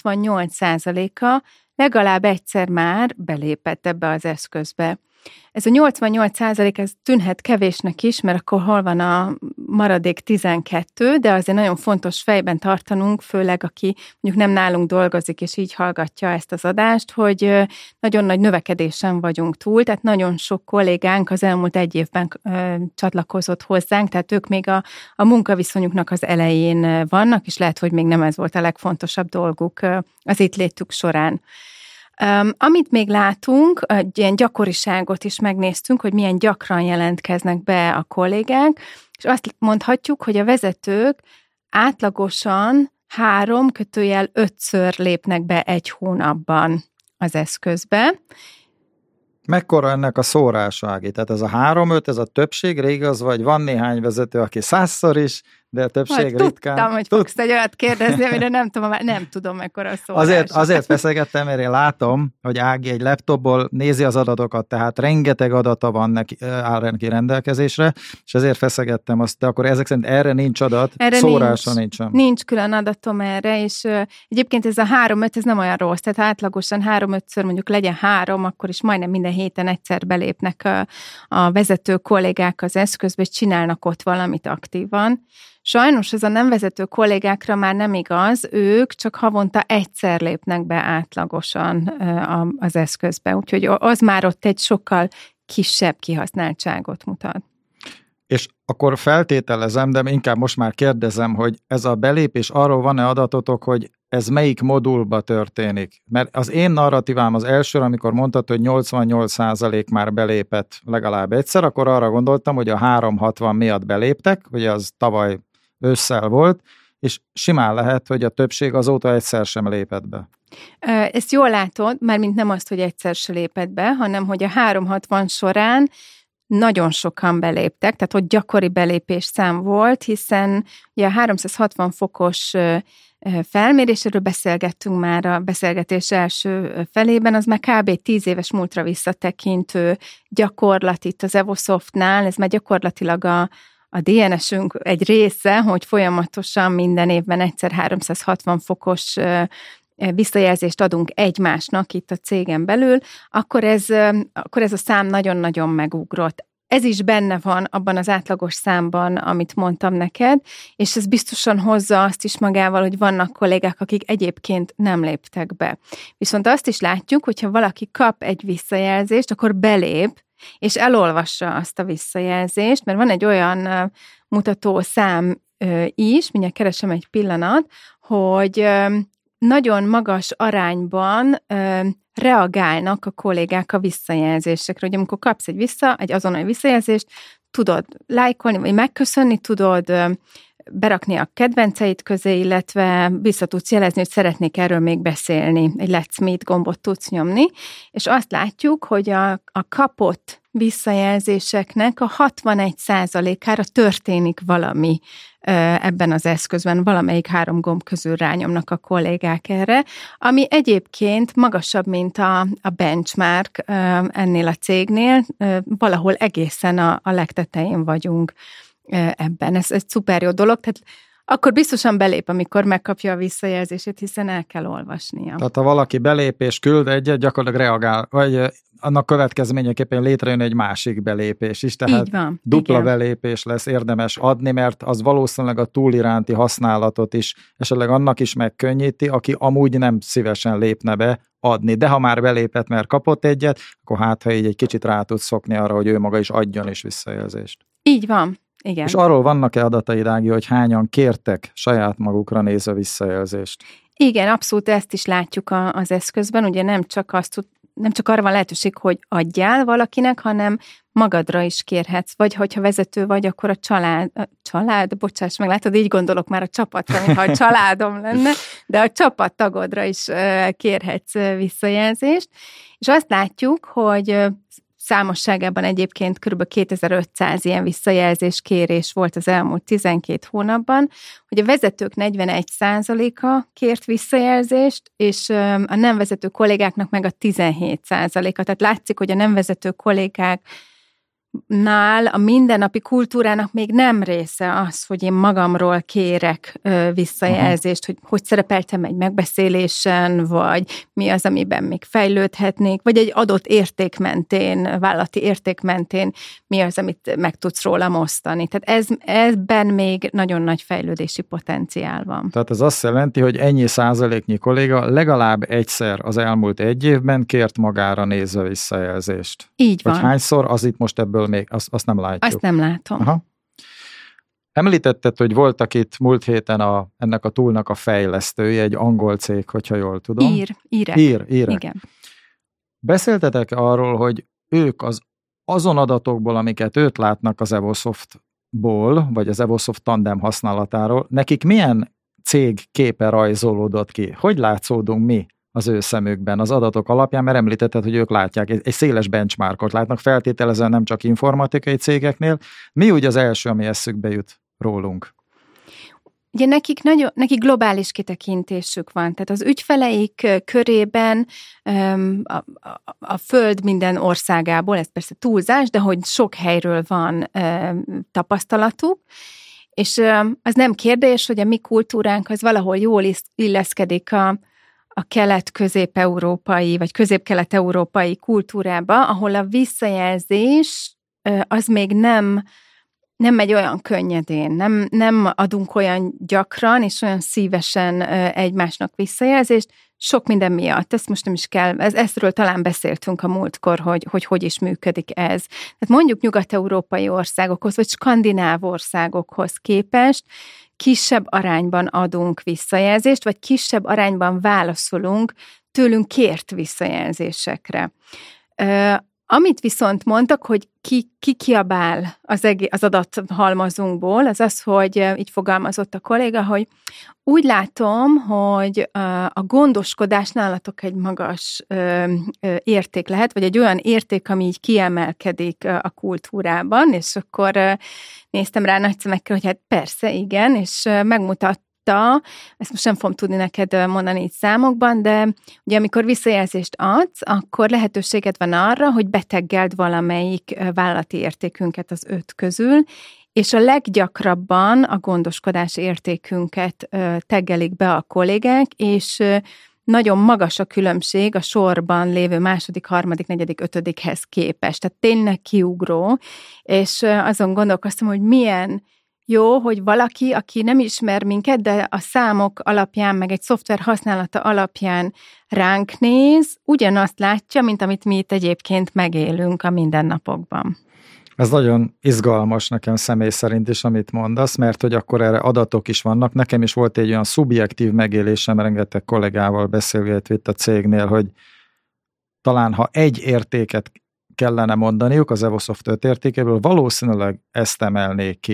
88%-a legalább egyszer már belépett ebbe az eszközbe. Ez a 88%, ez tűnhet kevésnek is, mert akkor hol van a maradék 12, de azért nagyon fontos fejben tartanunk, főleg aki mondjuk nem nálunk dolgozik, és így hallgatja ezt az adást, hogy nagyon nagy növekedésen vagyunk túl, tehát nagyon sok kollégánk az elmúlt 1 évben csatlakozott hozzánk, tehát ők még a munkaviszonyuknak az elején vannak, és lehet, hogy még nem ez volt a legfontosabb dolguk az itt létük során. Amit még látunk, egy ilyen gyakoriságot is megnéztünk, hogy milyen gyakran jelentkeznek be a kollégák, és azt mondhatjuk, hogy a vezetők átlagosan 3-5-ször lépnek be 1 hónapban az eszközbe. Mekkora ennek a szórásági? Tehát ez a 3-5, ez a többségre igaz, vagy van néhány vezető, aki 100-szor is, de a többség ritkán. Tudtam, hogy fogsz egy olyat kérdezni, amire nem tudom, mekkora a szórás. Azért feszegettem, mert én látom, hogy Ági egy laptopból nézi az adatokat, tehát rengeteg adata van neki, áll neki rendelkezésre, és ezért feszegettem azt, de akkor ezek szerint erre nincs adat, erre szórása nincsen. Nincs külön adatom erre, és egyébként ez a 3-5, ez nem olyan rossz, tehát átlagosan 3-5-ször mondjuk legyen 3, akkor is majdnem minden héten egyszer belépnek a vezető kollégák az eszközbe, és csinálnak ott valamit aktívan. Sajnos ez a nem vezető kollégákra már nem igaz, ők csak havonta egyszer lépnek be átlagosan az eszközbe, úgyhogy az már ott egy sokkal kisebb kihasználtságot mutat. És akkor feltételezem, de inkább most már kérdezem, hogy ez a belépés, arról van-e adatotok, hogy ez melyik modulba történik? Mert az én narratívám az első, amikor mondtad, hogy 88% már belépett legalább egyszer, akkor arra gondoltam, hogy a 360 miatt beléptek, hogy az tavaly ősszel volt, és simán lehet, hogy a többség azóta egyszer sem lépett be. Ezt jól látod, mármint nem azt, hogy egyszer se lépett be, hanem hogy a 360 során nagyon sokan beléptek, tehát ott gyakori belépés szám volt, hiszen ugye a 360 fokos felméréséről beszélgettünk már a beszélgetés első felében, az már kb. 10 éves múltra visszatekintő gyakorlat itt az Evosoftnál, ez már gyakorlatilag a DNS-ünk egy része, hogy folyamatosan minden évben egyszer 360 fokos visszajelzést adunk egymásnak itt a cégen belül, akkor ez a szám nagyon-nagyon megugrott. Ez is benne van abban az átlagos számban, amit mondtam neked, és ez biztosan hozza azt is magával, hogy vannak kollégák, akik egyébként nem léptek be. Viszont azt is látjuk, hogyha valaki kap egy visszajelzést, akkor belép, és elolvassa azt a visszajelzést, mert van egy olyan mutató szám is, mindjárt keresem egy pillanat, hogy nagyon magas arányban reagálnak a kollégák a visszajelzésekre, hogy amikor kapsz egy azonnali visszajelzést, tudod lájkolni, vagy megköszönni, tudod berakni a kedvenceit közé, illetve vissza tudsz jelezni, hogy szeretnék erről még beszélni. Egy Let's Meet gombot tudsz nyomni, és azt látjuk, hogy a kapott visszajelzéseknek a 61%-ára történik valami ebben az eszközben, valamelyik 3 gomb közül rányomnak a kollégák erre, ami egyébként magasabb, mint a benchmark ennél a cégnél, valahol egészen a legtetején vagyunk ebben. Ez egy szuper jó dolog, tehát akkor biztosan belép, amikor megkapja a visszajelzését, hiszen el kell olvasnia. Tehát ha valaki belépés küld egyet, gyakorlatilag reagál, vagy annak következményeképpen létrejön egy másik belépés is, tehát van, dupla igen. belépés lesz érdemes adni, mert az valószínűleg a túl iránti használatot is, esetleg annak is megkönnyíti, aki amúgy nem szívesen lépne be adni. De ha már belépett, mert kapott egyet, akkor hát, ha így egy kicsit rá tud szokni arra, hogy ő maga is adjon is visszajelzést. Így van. Igen. És arról vannak-e adataid, Ági, hogy hányan kértek saját magukra nézve visszajelzést? Igen, abszolút ezt is látjuk az eszközben, ugye nem csak arra van lehetőség, hogy adjál valakinek, hanem magadra is kérhetsz, vagy hogyha vezető vagy, akkor a család, bocsáss meg, látod, így gondolok már a csapatra, mintha a családom lenne, de a csapattagodra is kérhetsz visszajelzést, és azt látjuk, hogy számosságában egyébként kb. 2500 ilyen visszajelzés-kérés volt az elmúlt 12 hónapban, hogy a vezetők 41%-a kért visszajelzést, és a nem vezető kollégáknak meg a 17%-a. Tehát látszik, hogy a nem vezető kollégáknál a mindennapi kultúrának még nem része az, hogy én magamról kérek visszajelzést, hogy szerepeltem egy megbeszélésen, vagy mi az, amiben még fejlődhetnék, vagy egy adott érték mentén, vállalati érték mentén mi az, amit meg tudsz rólam osztani. Tehát ebben még nagyon nagy fejlődési potenciál van. Tehát ez azt jelenti, hogy ennyi százaléknyi kolléga legalább egyszer az elmúlt 1 évben kért magára nézve visszajelzést. Így van. Vagy hányszor, az itt most ebből még, azt nem látjuk. Azt nem látom. Aha. Említetted, hogy voltak itt múlt héten ennek a toolnak a fejlesztője, egy angol cég, hogyha jól tudom. Írek. Igen. Beszéltetek arról, hogy ők azon adatokból, amiket ők látnak az Evosoftból, vagy az Evosoft tandem használatáról, nekik milyen cég képe rajzolódott ki? Hogy látszódunk mi az ő szemükben az adatok alapján, mert említetted, hogy ők látják, egy széles benchmarkot látnak, feltételezően nem csak informatikai cégeknél. Mi úgy az első, ami eszükbe jut rólunk? Ugye nekik globális kitekintésük van, tehát az ügyfeleik körében a Föld minden országából, ez persze túlzás, de hogy sok helyről van tapasztalatuk, és az nem kérdés, hogy a mi kultúránk az valahol jól illeszkedik a kelet-közép-európai, vagy közép-kelet-európai kultúrába, ahol a visszajelzés az még nem megy olyan könnyedén, nem adunk olyan gyakran és olyan szívesen egymásnak visszajelzést, sok minden miatt. Ezt most nem is kell, ezről talán beszéltünk a múltkor, hogy is működik ez. Tehát mondjuk nyugat-európai országokhoz, vagy skandináv országokhoz képest kisebb arányban adunk visszajelzést, vagy kisebb arányban válaszolunk tőlünk kért visszajelzésekre. Amit viszont mondtak, hogy ki kiabál az adathalmazunkból, az, hogy így fogalmazott a kolléga, hogy úgy látom, hogy a gondoskodás nálatok egy magas érték lehet, vagy egy olyan érték, ami így kiemelkedik a kultúrában, és akkor néztem rá nagy szemekkel, hogy hát persze, igen, és megmutatta, ezt most nem fogom tudni neked mondani így számokban, de ugye amikor visszajelzést adsz, akkor lehetőséged van arra, hogy beteggeld valamelyik vállalati értékünket az 5 közül, és a leggyakrabban a gondoskodás értékünket teggelik be a kollégák, és nagyon magas a különbség a sorban lévő második, harmadik, negyedik, ötödikhez képest. Tehát tényleg kiugró, és azon gondolkoztam, hogy milyen jó, hogy valaki, aki nem ismer minket, de a számok alapján, meg egy szoftver használata alapján ránk néz, ugyanazt látja, mint amit mi itt egyébként megélünk a mindennapokban. Ez nagyon izgalmas nekem személy szerint is, amit mondasz, mert hogy akkor erre adatok is vannak. Nekem is volt egy olyan szubjektív megélésem, rengeteg kollégával beszélgetve itt a cégnél, hogy talán ha egy értéket kellene mondaniuk az Evosoft 5 értékéből, valószínűleg ezt emelnék ki.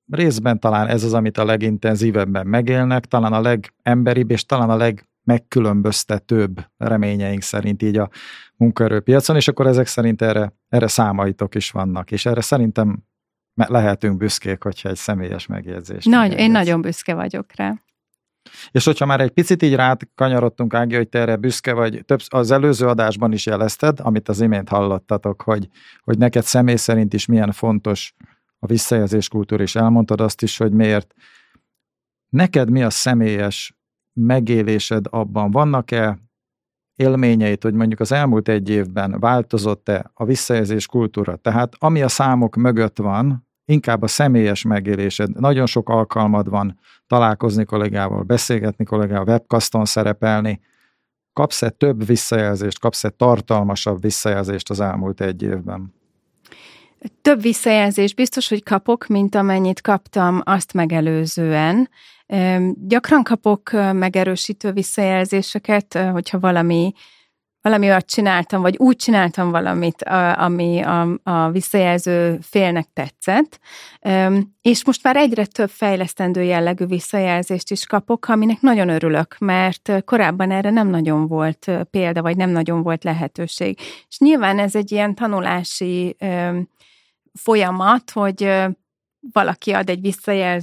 részben talán ez az, amit a legintenzívebben megélnek, talán a legemberibb és talán a legmegkülönböztetőbb reményeink szerint így a munkaerőpiacon, és akkor ezek szerint erre számaitok is vannak, és erre szerintem lehetünk büszkék, hogyha egy személyes megjegyzést. Én nagyon büszke vagyok rá. És hogyha már egy picit így rákanyarodtunk, Ági, hogy te erre büszke vagy, az előző adásban is jelezted, amit az imént hallottatok, hogy neked személy szerint is milyen fontos a visszajelzés kultúra, és elmondtad azt is, hogy miért. Neked mi a személyes megélésed abban? Vannak-e élményeit, hogy mondjuk az elmúlt egy évben változott-e a visszajelzés kultúra? Tehát ami a számok mögött van, inkább a személyes megélésed. Nagyon sok alkalmad van találkozni kollégával, beszélgetni kollégával, webcaston szerepelni. Kapsz-e több visszajelzést, kapsz-e tartalmasabb visszajelzést az elmúlt egy évben? Több visszajelzést biztos, hogy kapok, mint amennyit kaptam azt megelőzően. Gyakran kapok megerősítő visszajelzéseket, hogyha valami olyat csináltam, vagy úgy csináltam valamit, ami a visszajelző félnek tetszett. És most már egyre több fejlesztendő jellegű visszajelzést is kapok, aminek nagyon örülök, mert korábban erre nem nagyon volt példa, vagy nem nagyon volt lehetőség. És nyilván ez egy ilyen tanulási folyamat, hogy valaki ad egy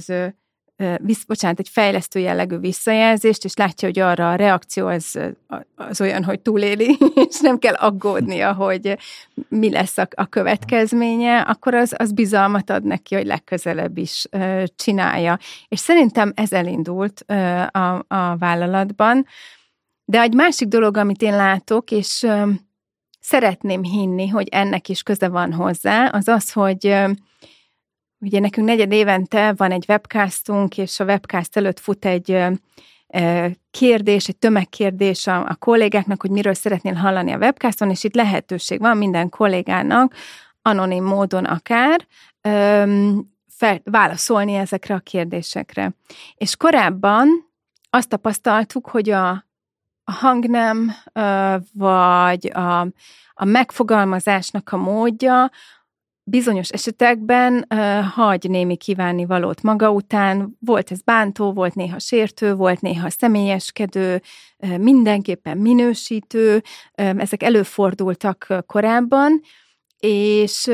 egy fejlesztő jellegű visszajelzést, és látja, hogy arra a reakció az olyan, hogy túléli, és nem kell aggódnia, hogy mi lesz a következménye, akkor az bizalmat ad neki, hogy legközelebb is csinálja. És szerintem ez elindult a vállalatban. De egy másik dolog, amit én látok, és szeretném hinni, hogy ennek is köze van hozzá, az az, hogy ugye nekünk 4 évente van egy webcastunk, és a webcast előtt fut egy kérdés, egy tömegkérdés a kollégáknak, hogy miről szeretnél hallani a webcaston, és itt lehetőség van minden kollégának, anonim módon akár, válaszolni ezekre a kérdésekre. És korábban azt tapasztaltuk, hogy a hangnem, vagy a megfogalmazásnak a módja bizonyos esetekben hagy némi kívánnivalót maga után. Volt ez bántó, volt néha sértő, volt néha személyeskedő, mindenképpen minősítő, ezek előfordultak korábban, és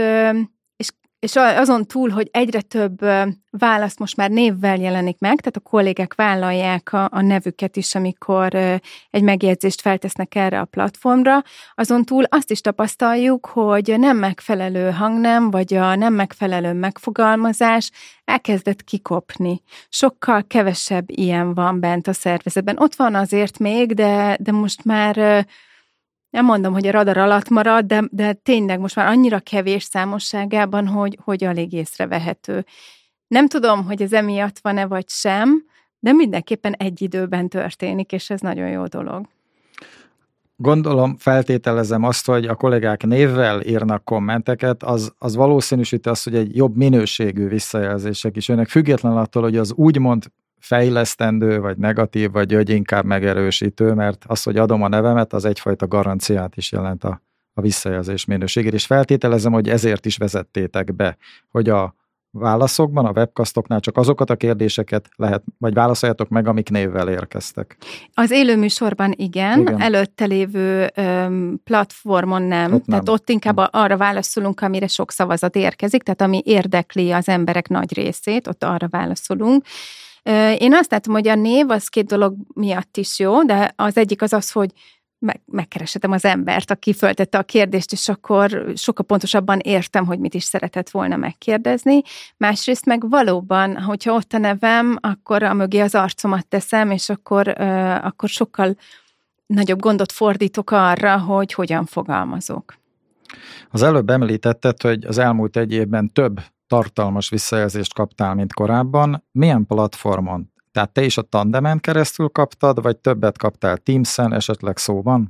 azon túl, hogy egyre több válasz most már névvel jelenik meg, tehát a kollégák vállalják a nevüket is, amikor egy megjegyzést feltesznek erre a platformra, azon túl azt is tapasztaljuk, hogy nem megfelelő hangnem, vagy a nem megfelelő megfogalmazás elkezdett kikopni. Sokkal kevesebb ilyen van bent a szervezetben. Ott van azért még, de most már nem mondom, hogy a radar alatt marad, de tényleg most már annyira kevés számosságában, hogy alig észrevehető. Nem tudom, hogy ez emiatt van-e vagy sem, de mindenképpen egy időben történik, és ez nagyon jó dolog. Gondolom, feltételezem azt, hogy a kollégák névvel írnak kommenteket, az valószínűsíti azt, hogy egy jobb minőségű visszajelzések is jönnek, független attól, hogy az úgymond fejlesztendő, vagy negatív, vagy inkább megerősítő, mert az, hogy adom a nevemet, az egyfajta garanciát is jelent a visszajelzés minőségét, és feltételezem, hogy ezért is vezettétek be, hogy a válaszokban, a webcastoknál csak azokat a kérdéseket lehet, vagy válaszoljatok meg, amik névvel érkeztek. Az élőműsorban igen, előtte lévő platformon nem. Tehát ott inkább arra válaszolunk, amire sok szavazat érkezik, tehát ami érdekli az emberek nagy részét, ott arra válaszolunk. Én azt látom, hogy a név az 2 dolog miatt is jó, de az egyik az, hogy megkereshetem az embert, aki föltette a kérdést, és akkor sokkal pontosabban értem, hogy mit is szeretett volna megkérdezni. Másrészt meg valóban, hogyha ott a nevem, akkor amögé az arcomat teszem, és akkor sokkal nagyobb gondot fordítok arra, hogy hogyan fogalmazok. Az előbb említetted, hogy az elmúlt egy évben több tartalmas visszajelzést kaptál, mint korábban. Milyen platformon? Tehát te is a Tandemen keresztül kaptad, vagy többet kaptál Teams-en, esetleg szóban?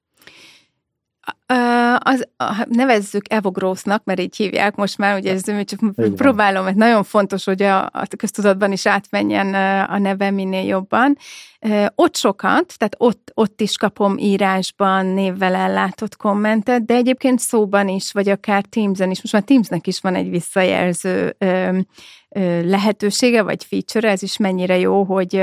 Nevezzük Evogrowth-nak, mert így hívják most már, ugye ez csak próbálom, mert nagyon fontos, hogy a köztudatban is átmenjen a neve minél jobban. Ott sokat, tehát ott is kapom írásban névvel ellátott kommentet, de egyébként szóban is, vagy akár Teams-en is. Most már Teamsnek is van egy visszajelző lehetősége, vagy feature, ez is mennyire jó, hogy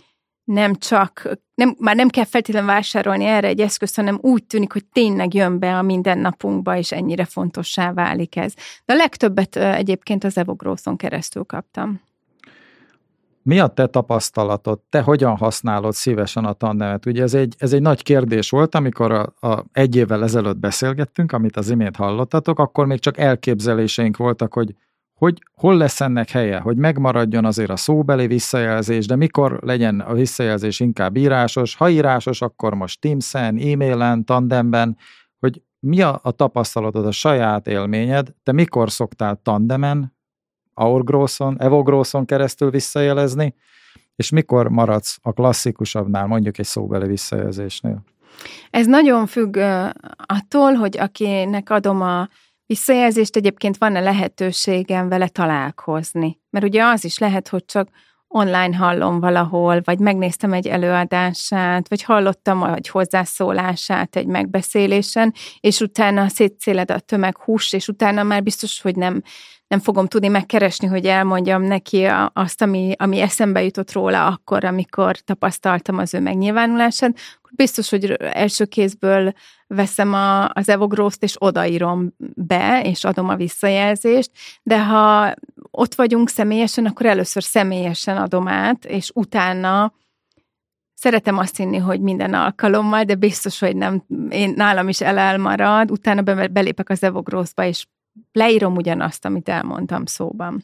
már nem kell feltétlenül vásárolni erre egy eszközt, hanem úgy tűnik, hogy tényleg jön be a mindennapunkba, és ennyire fontossá válik ez. De a legtöbbet egyébként az Evogrowth-on keresztül kaptam. Mi a te tapasztalatod? Te hogyan használod szívesen a tandemet? Ugye ez egy nagy kérdés volt, amikor egy évvel ezelőtt beszélgettünk, amit az imént hallottatok, akkor még csak elképzeléseink voltak, hogy hol lesz ennek helye, hogy megmaradjon azért a szóbeli visszajelzés, de mikor legyen a visszajelzés inkább írásos. Ha írásos, akkor most Teams-en, e-mailen, tandemben, hogy mi a tapasztalatod, a saját élményed, te mikor szoktál tandemen, Evogrowth-on keresztül visszajelezni, és mikor maradsz a klasszikusabbnál, mondjuk egy szóbeli visszajelzésnél? Ez nagyon függ attól, hogy akinek adom a visszajelzést, egyébként van-e lehetőségem vele találkozni. Mert ugye az is lehet, hogy csak online hallom valahol, vagy megnéztem egy előadását, vagy hallottam egy hozzászólását egy megbeszélésen, és utána szétszéled a tömeghús, és utána már biztos, hogy nem fogom tudni megkeresni, hogy elmondjam neki azt, ami eszembe jutott róla akkor, amikor tapasztaltam az ő megnyilvánulását. Biztos, hogy első kézből veszem az Evogrowth-t, és odaírom be, és adom a visszajelzést, de ha ott vagyunk személyesen, akkor először személyesen adom át, és utána szeretem azt hinni, hogy minden alkalommal, de biztos, hogy nem, nálam is elmarad, utána belépek az Evogrowth-ba, és leírom ugyanazt, amit elmondtam szóban.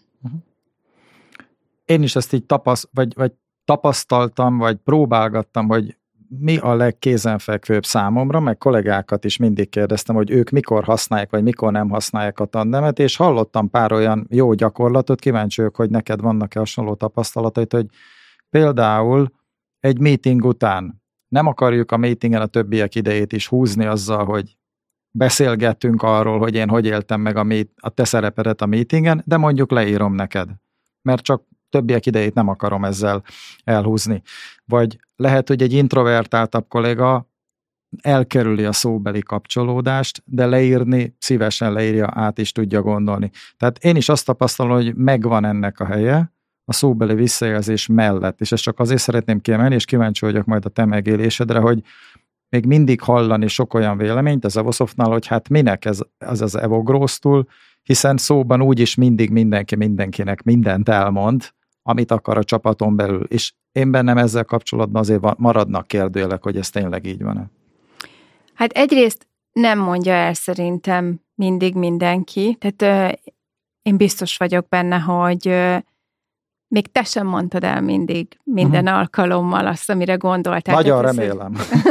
Én is ezt így tapasztaltam, vagy próbálgattam, hogy mi a legkézenfekvőbb számomra, meg kollégákat is mindig kérdeztem, hogy ők mikor használják, vagy mikor nem használják a tandemet, és hallottam pár olyan jó gyakorlatot, kíváncsi vagyok, hogy neked vannak-e hasonló tapasztalataid, hogy például egy meeting után nem akarjuk a meetingen a többiek idejét is húzni azzal, hogy beszélgettünk arról, hogy én hogy éltem meg a te szerepedet a meetingen, de mondjuk leírom neked, mert csak többiek idejét nem akarom ezzel elhúzni. Vagy lehet, hogy egy introvertáltabb kolléga elkerüli a szóbeli kapcsolódást, de leírni, szívesen leírja, át is tudja gondolni. Tehát én is azt tapasztalom, hogy megvan ennek a helye a szóbeli visszajelzés mellett, és ezt csak azért szeretném kiemelni, és kíváncsi vagyok majd a te megélésedre, hogy még mindig hallani sok olyan véleményt az Evosoftnál, hogy hát minek ez az Evogrowth-tól, hiszen szóban úgyis mindig mindenkinek mindent elmond, amit akar a csapaton belül. És én bennem ezzel kapcsolatban azért maradnak kérdőjelek, hogy ez tényleg így van-e. Hát egyrészt nem mondja el szerintem mindig mindenki, tehát én biztos vagyok benne, hogy még te sem mondtad el mindig minden alkalommal azt, amire gondoltál. Nagyon remélem.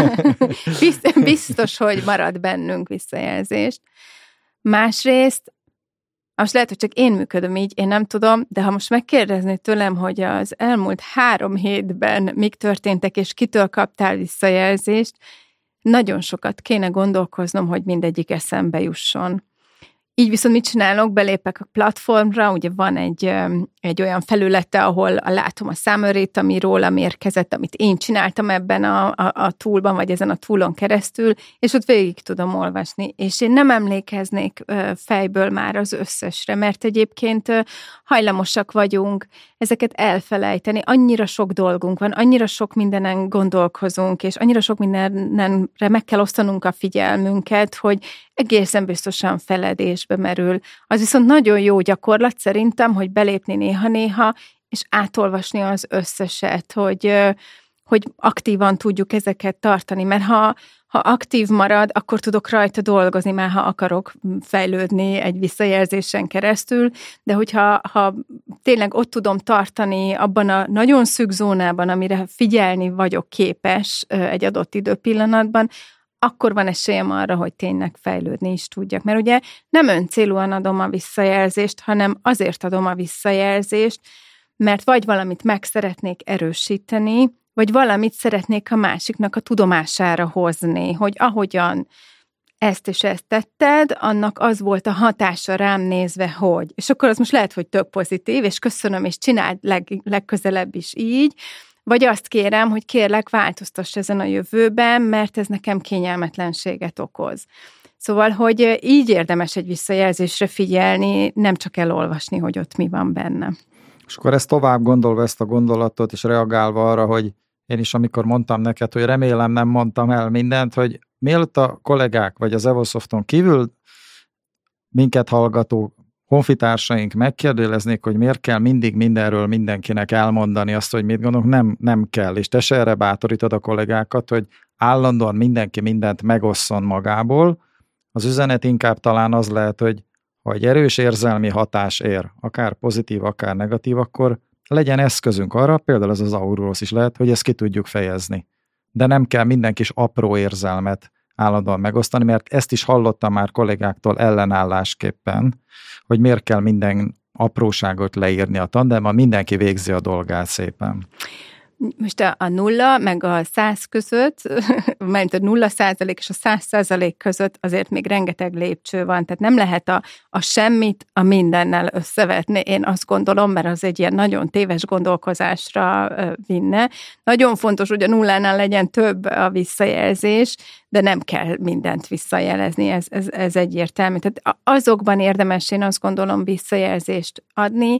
Biztos, hogy marad bennünk visszajelzést. Másrészt, most lehet, hogy csak én működöm így, én nem tudom, de ha most megkérdeznéd tőlem, hogy az elmúlt 3 hétben mik történtek, és kitől kaptál visszajelzést, nagyon sokat kéne gondolkoznom, hogy mindegyik eszembe jusson. Így viszont mit csinálok? Belépek a platformra, ugye van egy olyan felülete, ahol látom a summary-t, ami rólam érkezett, amit én csináltam ebben a toolban, vagy ezen a toolon keresztül, és ott végig tudom olvasni. És én nem emlékeznék fejből már az összesre, mert egyébként hajlamosak vagyunk ezeket elfelejteni. Annyira sok dolgunk van, annyira sok mindenen gondolkozunk, és annyira sok mindenre meg kell osztanunk a figyelmünket, hogy egészen biztosan feledésbe merül. Az viszont nagyon jó gyakorlat szerintem, hogy belépni néha-néha, és átolvasni az összeset, hogy aktívan tudjuk ezeket tartani, mert ha aktív marad, akkor tudok rajta dolgozni, már ha akarok fejlődni egy visszajelzésen keresztül, de hogyha tényleg ott tudom tartani abban a nagyon szűk zónában, amire figyelni vagyok képes egy adott időpillanatban, akkor van esélyem arra, hogy tényleg fejlődni is tudjak. Mert ugye nem öncélúan adom a visszajelzést, hanem azért adom a visszajelzést, mert vagy valamit meg szeretnék erősíteni, vagy valamit szeretnék a másiknak a tudomására hozni, hogy ahogyan ezt és ezt tetted, annak az volt a hatása rám nézve, hogy. És akkor az most lehet, hogy tök pozitív, és köszönöm, és csináld legközelebb is így, vagy azt kérem, hogy kérlek, változtass ezen a jövőben, mert ez nekem kényelmetlenséget okoz. Szóval, hogy így érdemes egy visszajelzésre figyelni, nem csak elolvasni, hogy ott mi van benne. És akkor ezt tovább gondolva, ezt a gondolatot, és reagálva arra, hogy én is amikor mondtam neked, hogy remélem nem mondtam el mindent, hogy mielőtt a kollégák, vagy az Evosofton kívül minket hallgató honfitársaink megkérdeznék, hogy miért kell mindig mindenről mindenkinek elmondani azt, hogy mit gondolunk, nem kell. És te se erre bátorítod a kollégákat, hogy állandóan mindenki mindent megosszon magából. Az üzenet inkább talán az lehet, hogy ha egy erős érzelmi hatás ér, akár pozitív, akár negatív, akkor legyen eszközünk arra, például ez az Aurorus is lehet, hogy ezt ki tudjuk fejezni. De nem kell minden kis apró érzelmet állandóan megosztani, mert ezt is hallottam már kollégáktól ellenállásképpen, hogy miért kell minden apróságot leírni a tandemben, mindenki végzi a dolgát szépen. Most a 0 meg a 100 között, mert a 0% és a 100% között azért még rengeteg lépcső van, tehát nem lehet a semmit a mindennel összevetni, én azt gondolom, mert az egy ilyen nagyon téves gondolkozásra vinne. Nagyon fontos, hogy a 0-nál legyen több a visszajelzés, de nem kell mindent visszajelezni, ez egyértelmű. Tehát azokban érdemes, én azt gondolom, visszajelzést adni.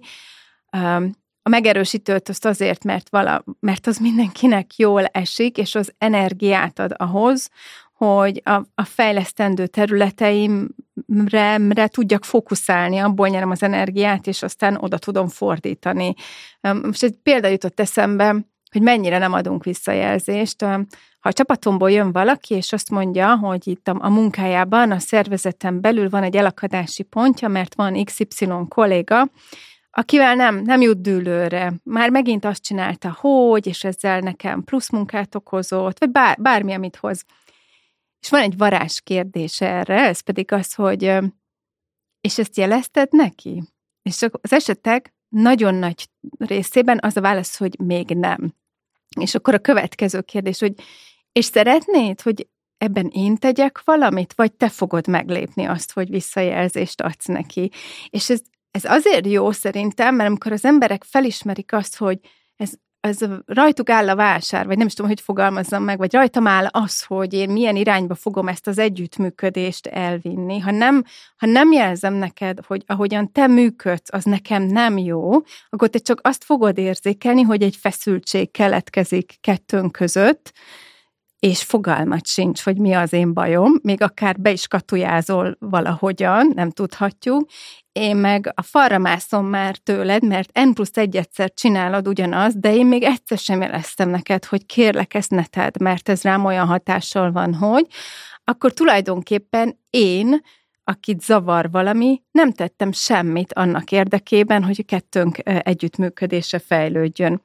A megerősítőt azt azért, mert az mindenkinek jól esik, és az energiát ad ahhoz, hogy a fejlesztendő területeimre tudjak fókuszálni, abból nyerem az energiát, és aztán oda tudom fordítani. Most egy példa jutott eszembe, hogy mennyire nem adunk visszajelzést. Ha a csapatomból jön valaki, és azt mondja, hogy itt a munkájában, a szervezeten belül van egy elakadási pontja, mert van XY kolléga, akivel nem jut dűlőre. Már megint azt csinálta, hogy, és ezzel nekem plusz munkát okozott, vagy bármi, amit hoz. És van egy varázskérdés erre, ez pedig az, hogy és ezt jelezted neki? És az esetek nagyon nagy részében az a válasz, hogy még nem. És akkor a következő kérdés, hogy és szeretnéd, hogy ebben én tegyek valamit, vagy te fogod meglépni azt, hogy visszajelzést adsz neki? És ez azért jó szerintem, mert amikor az emberek felismerik azt, hogy ez rajtuk áll a vásár, vagy nem is tudom, hogy fogalmazzam meg, vagy rajtam áll az, hogy én milyen irányba fogom ezt az együttműködést elvinni. Ha nem jelzem neked, hogy ahogyan te működsz, az nekem nem jó, akkor te csak azt fogod érzékelni, hogy egy feszültség keletkezik kettőnk között, és fogalmat sincs, hogy mi az én bajom, még akár be is katujázol valahogyan, nem tudhatjuk, én meg a falra mászom már tőled, mert N+1 egyszer csinálod ugyanazt, de én még egyszer sem jeleztem neked, hogy kérlek, ezt ne tedd, mert ez rám olyan hatással van, hogy akkor tulajdonképpen én, akit zavar valami, nem tettem semmit annak érdekében, hogy a kettőnk együttműködése fejlődjön.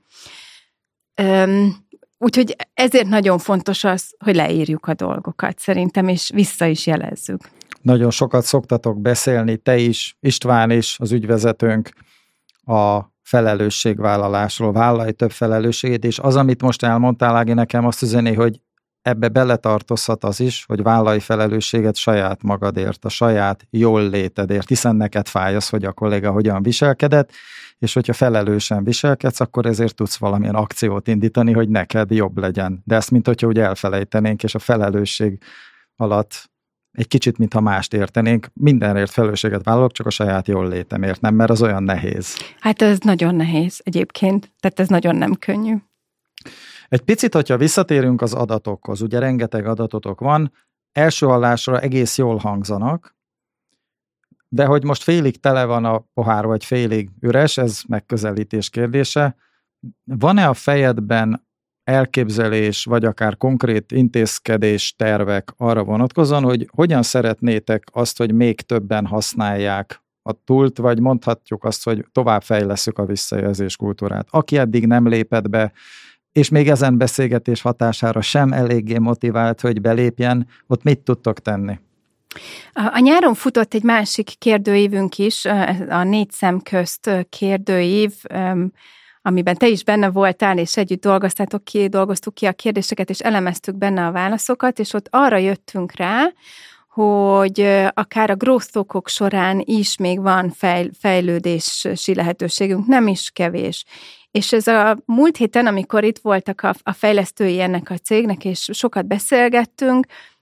Úgyhogy ezért nagyon fontos az, hogy leírjuk a dolgokat szerintem, és vissza is jelezzük. Nagyon sokat szoktatok beszélni, te is, István is, az ügyvezetőnk, a felelősségvállalásról, vállalj több felelősségét, és az, amit most elmondtál, Ági, nekem azt üzeni, hogy ebbe beletartozhat az is, hogy vállalj felelősséget saját magadért, a saját jól létedért, hiszen neked fáj az, hogy a kolléga hogyan viselkedett, és hogyha felelősen viselkedsz, akkor ezért tudsz valamilyen akciót indítani, hogy neked jobb legyen. De ezt, mint hogyha úgy elfelejtenénk, és a felelősség alatt egy kicsit, mintha mást értenénk, mindenért felelősséget vállalok, csak a saját jól létemért, nem, mert az olyan nehéz. Hát ez nagyon nehéz egyébként, tehát ez nagyon nem könnyű. Egy picit, hogyha visszatérünk az adatokhoz, ugye rengeteg adatotok van, első hallásra egész jól hangzanak, de hogy most félig tele van a pohár, vagy félig üres, ez megközelítés kérdése. Van-e a fejedben elképzelés, vagy akár konkrét intézkedés, tervek arra vonatkozóan, hogy hogyan szeretnétek azt, hogy még többen használják a túlt, vagy mondhatjuk azt, hogy továbbfejlesszük a visszajelzés kultúrát. Aki eddig nem lépett be, és még ezen beszélgetés hatására sem eléggé motivált, hogy belépjen, ott mit tudtok tenni? A nyáron futott egy másik kérdőívünk is, a 4 szem közt kérdőív, amiben te is benne voltál, és együtt dolgoztuk ki a kérdéseket, és elemeztük benne a válaszokat, és ott arra jöttünk rá, hogy akár a growth talkok során is még van fejlődési lehetőségünk, nem is kevés. És ez a múlt héten, amikor itt voltak a fejlesztői ennek a cégnek, és sokat beszélgettünk,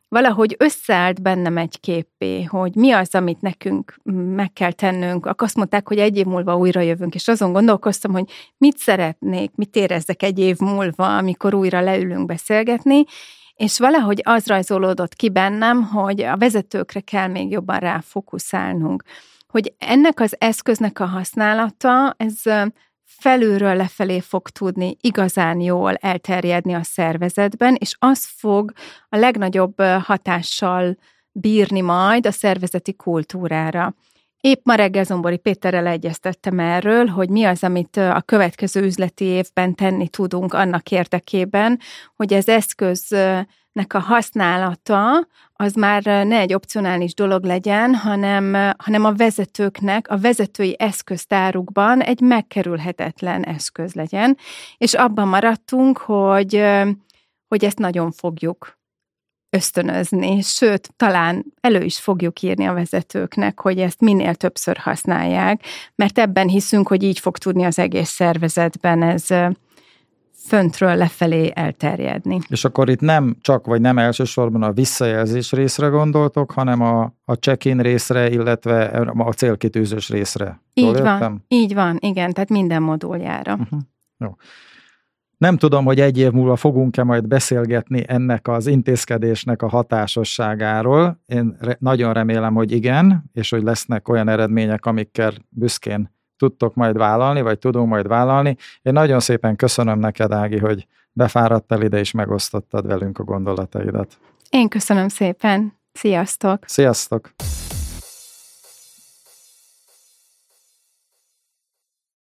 valahogy összeállt bennem egy képpé, hogy mi az, amit nekünk meg kell tennünk. Akkor azt mondták, hogy 1 év múlva újra jövünk, és azon gondolkoztam, hogy mit szeretnék, mit érezzek 1 év múlva, amikor újra leülünk beszélgetni, és valahogy az rajzolódott ki bennem, hogy a vezetőkre kell még jobban ráfókuszálnunk. Hogy ennek az eszköznek a használata, ez felülről lefelé fog tudni igazán jól elterjedni a szervezetben, és az fog a legnagyobb hatással bírni majd a szervezeti kultúrára. Épp ma reggel Zombori Péterrel egyeztettem erről, hogy mi az, amit a következő üzleti évben tenni tudunk annak érdekében, hogy az eszköznek a használata az már ne egy opcionális dolog legyen, hanem a vezetőknek, a vezetői eszköztárukban egy megkerülhetetlen eszköz legyen. És abban maradtunk, hogy ezt nagyon fogjuk ösztönözni, sőt, talán elő is fogjuk írni a vezetőknek, hogy ezt minél többször használják, mert ebben hiszünk, hogy így fog tudni az egész szervezetben ez föntről lefelé elterjedni. És akkor itt nem csak, vagy nem elsősorban a visszajelzés részre gondoltok, hanem a check-in részre, illetve a célkitűzős részre. Így van, igen, tehát minden moduljára. Uh-huh. Jó. Nem tudom, hogy 1 év múlva fogunk-e majd beszélgetni ennek az intézkedésnek a hatásosságáról. Én nagyon remélem, hogy igen, és hogy lesznek olyan eredmények, amikkel büszkén tudtok majd vállalni, vagy tudunk majd vállalni. Én nagyon szépen köszönöm neked, Ági, hogy befáradtál ide, és megosztottad velünk a gondolataidat. Én köszönöm szépen. Sziasztok! Sziasztok!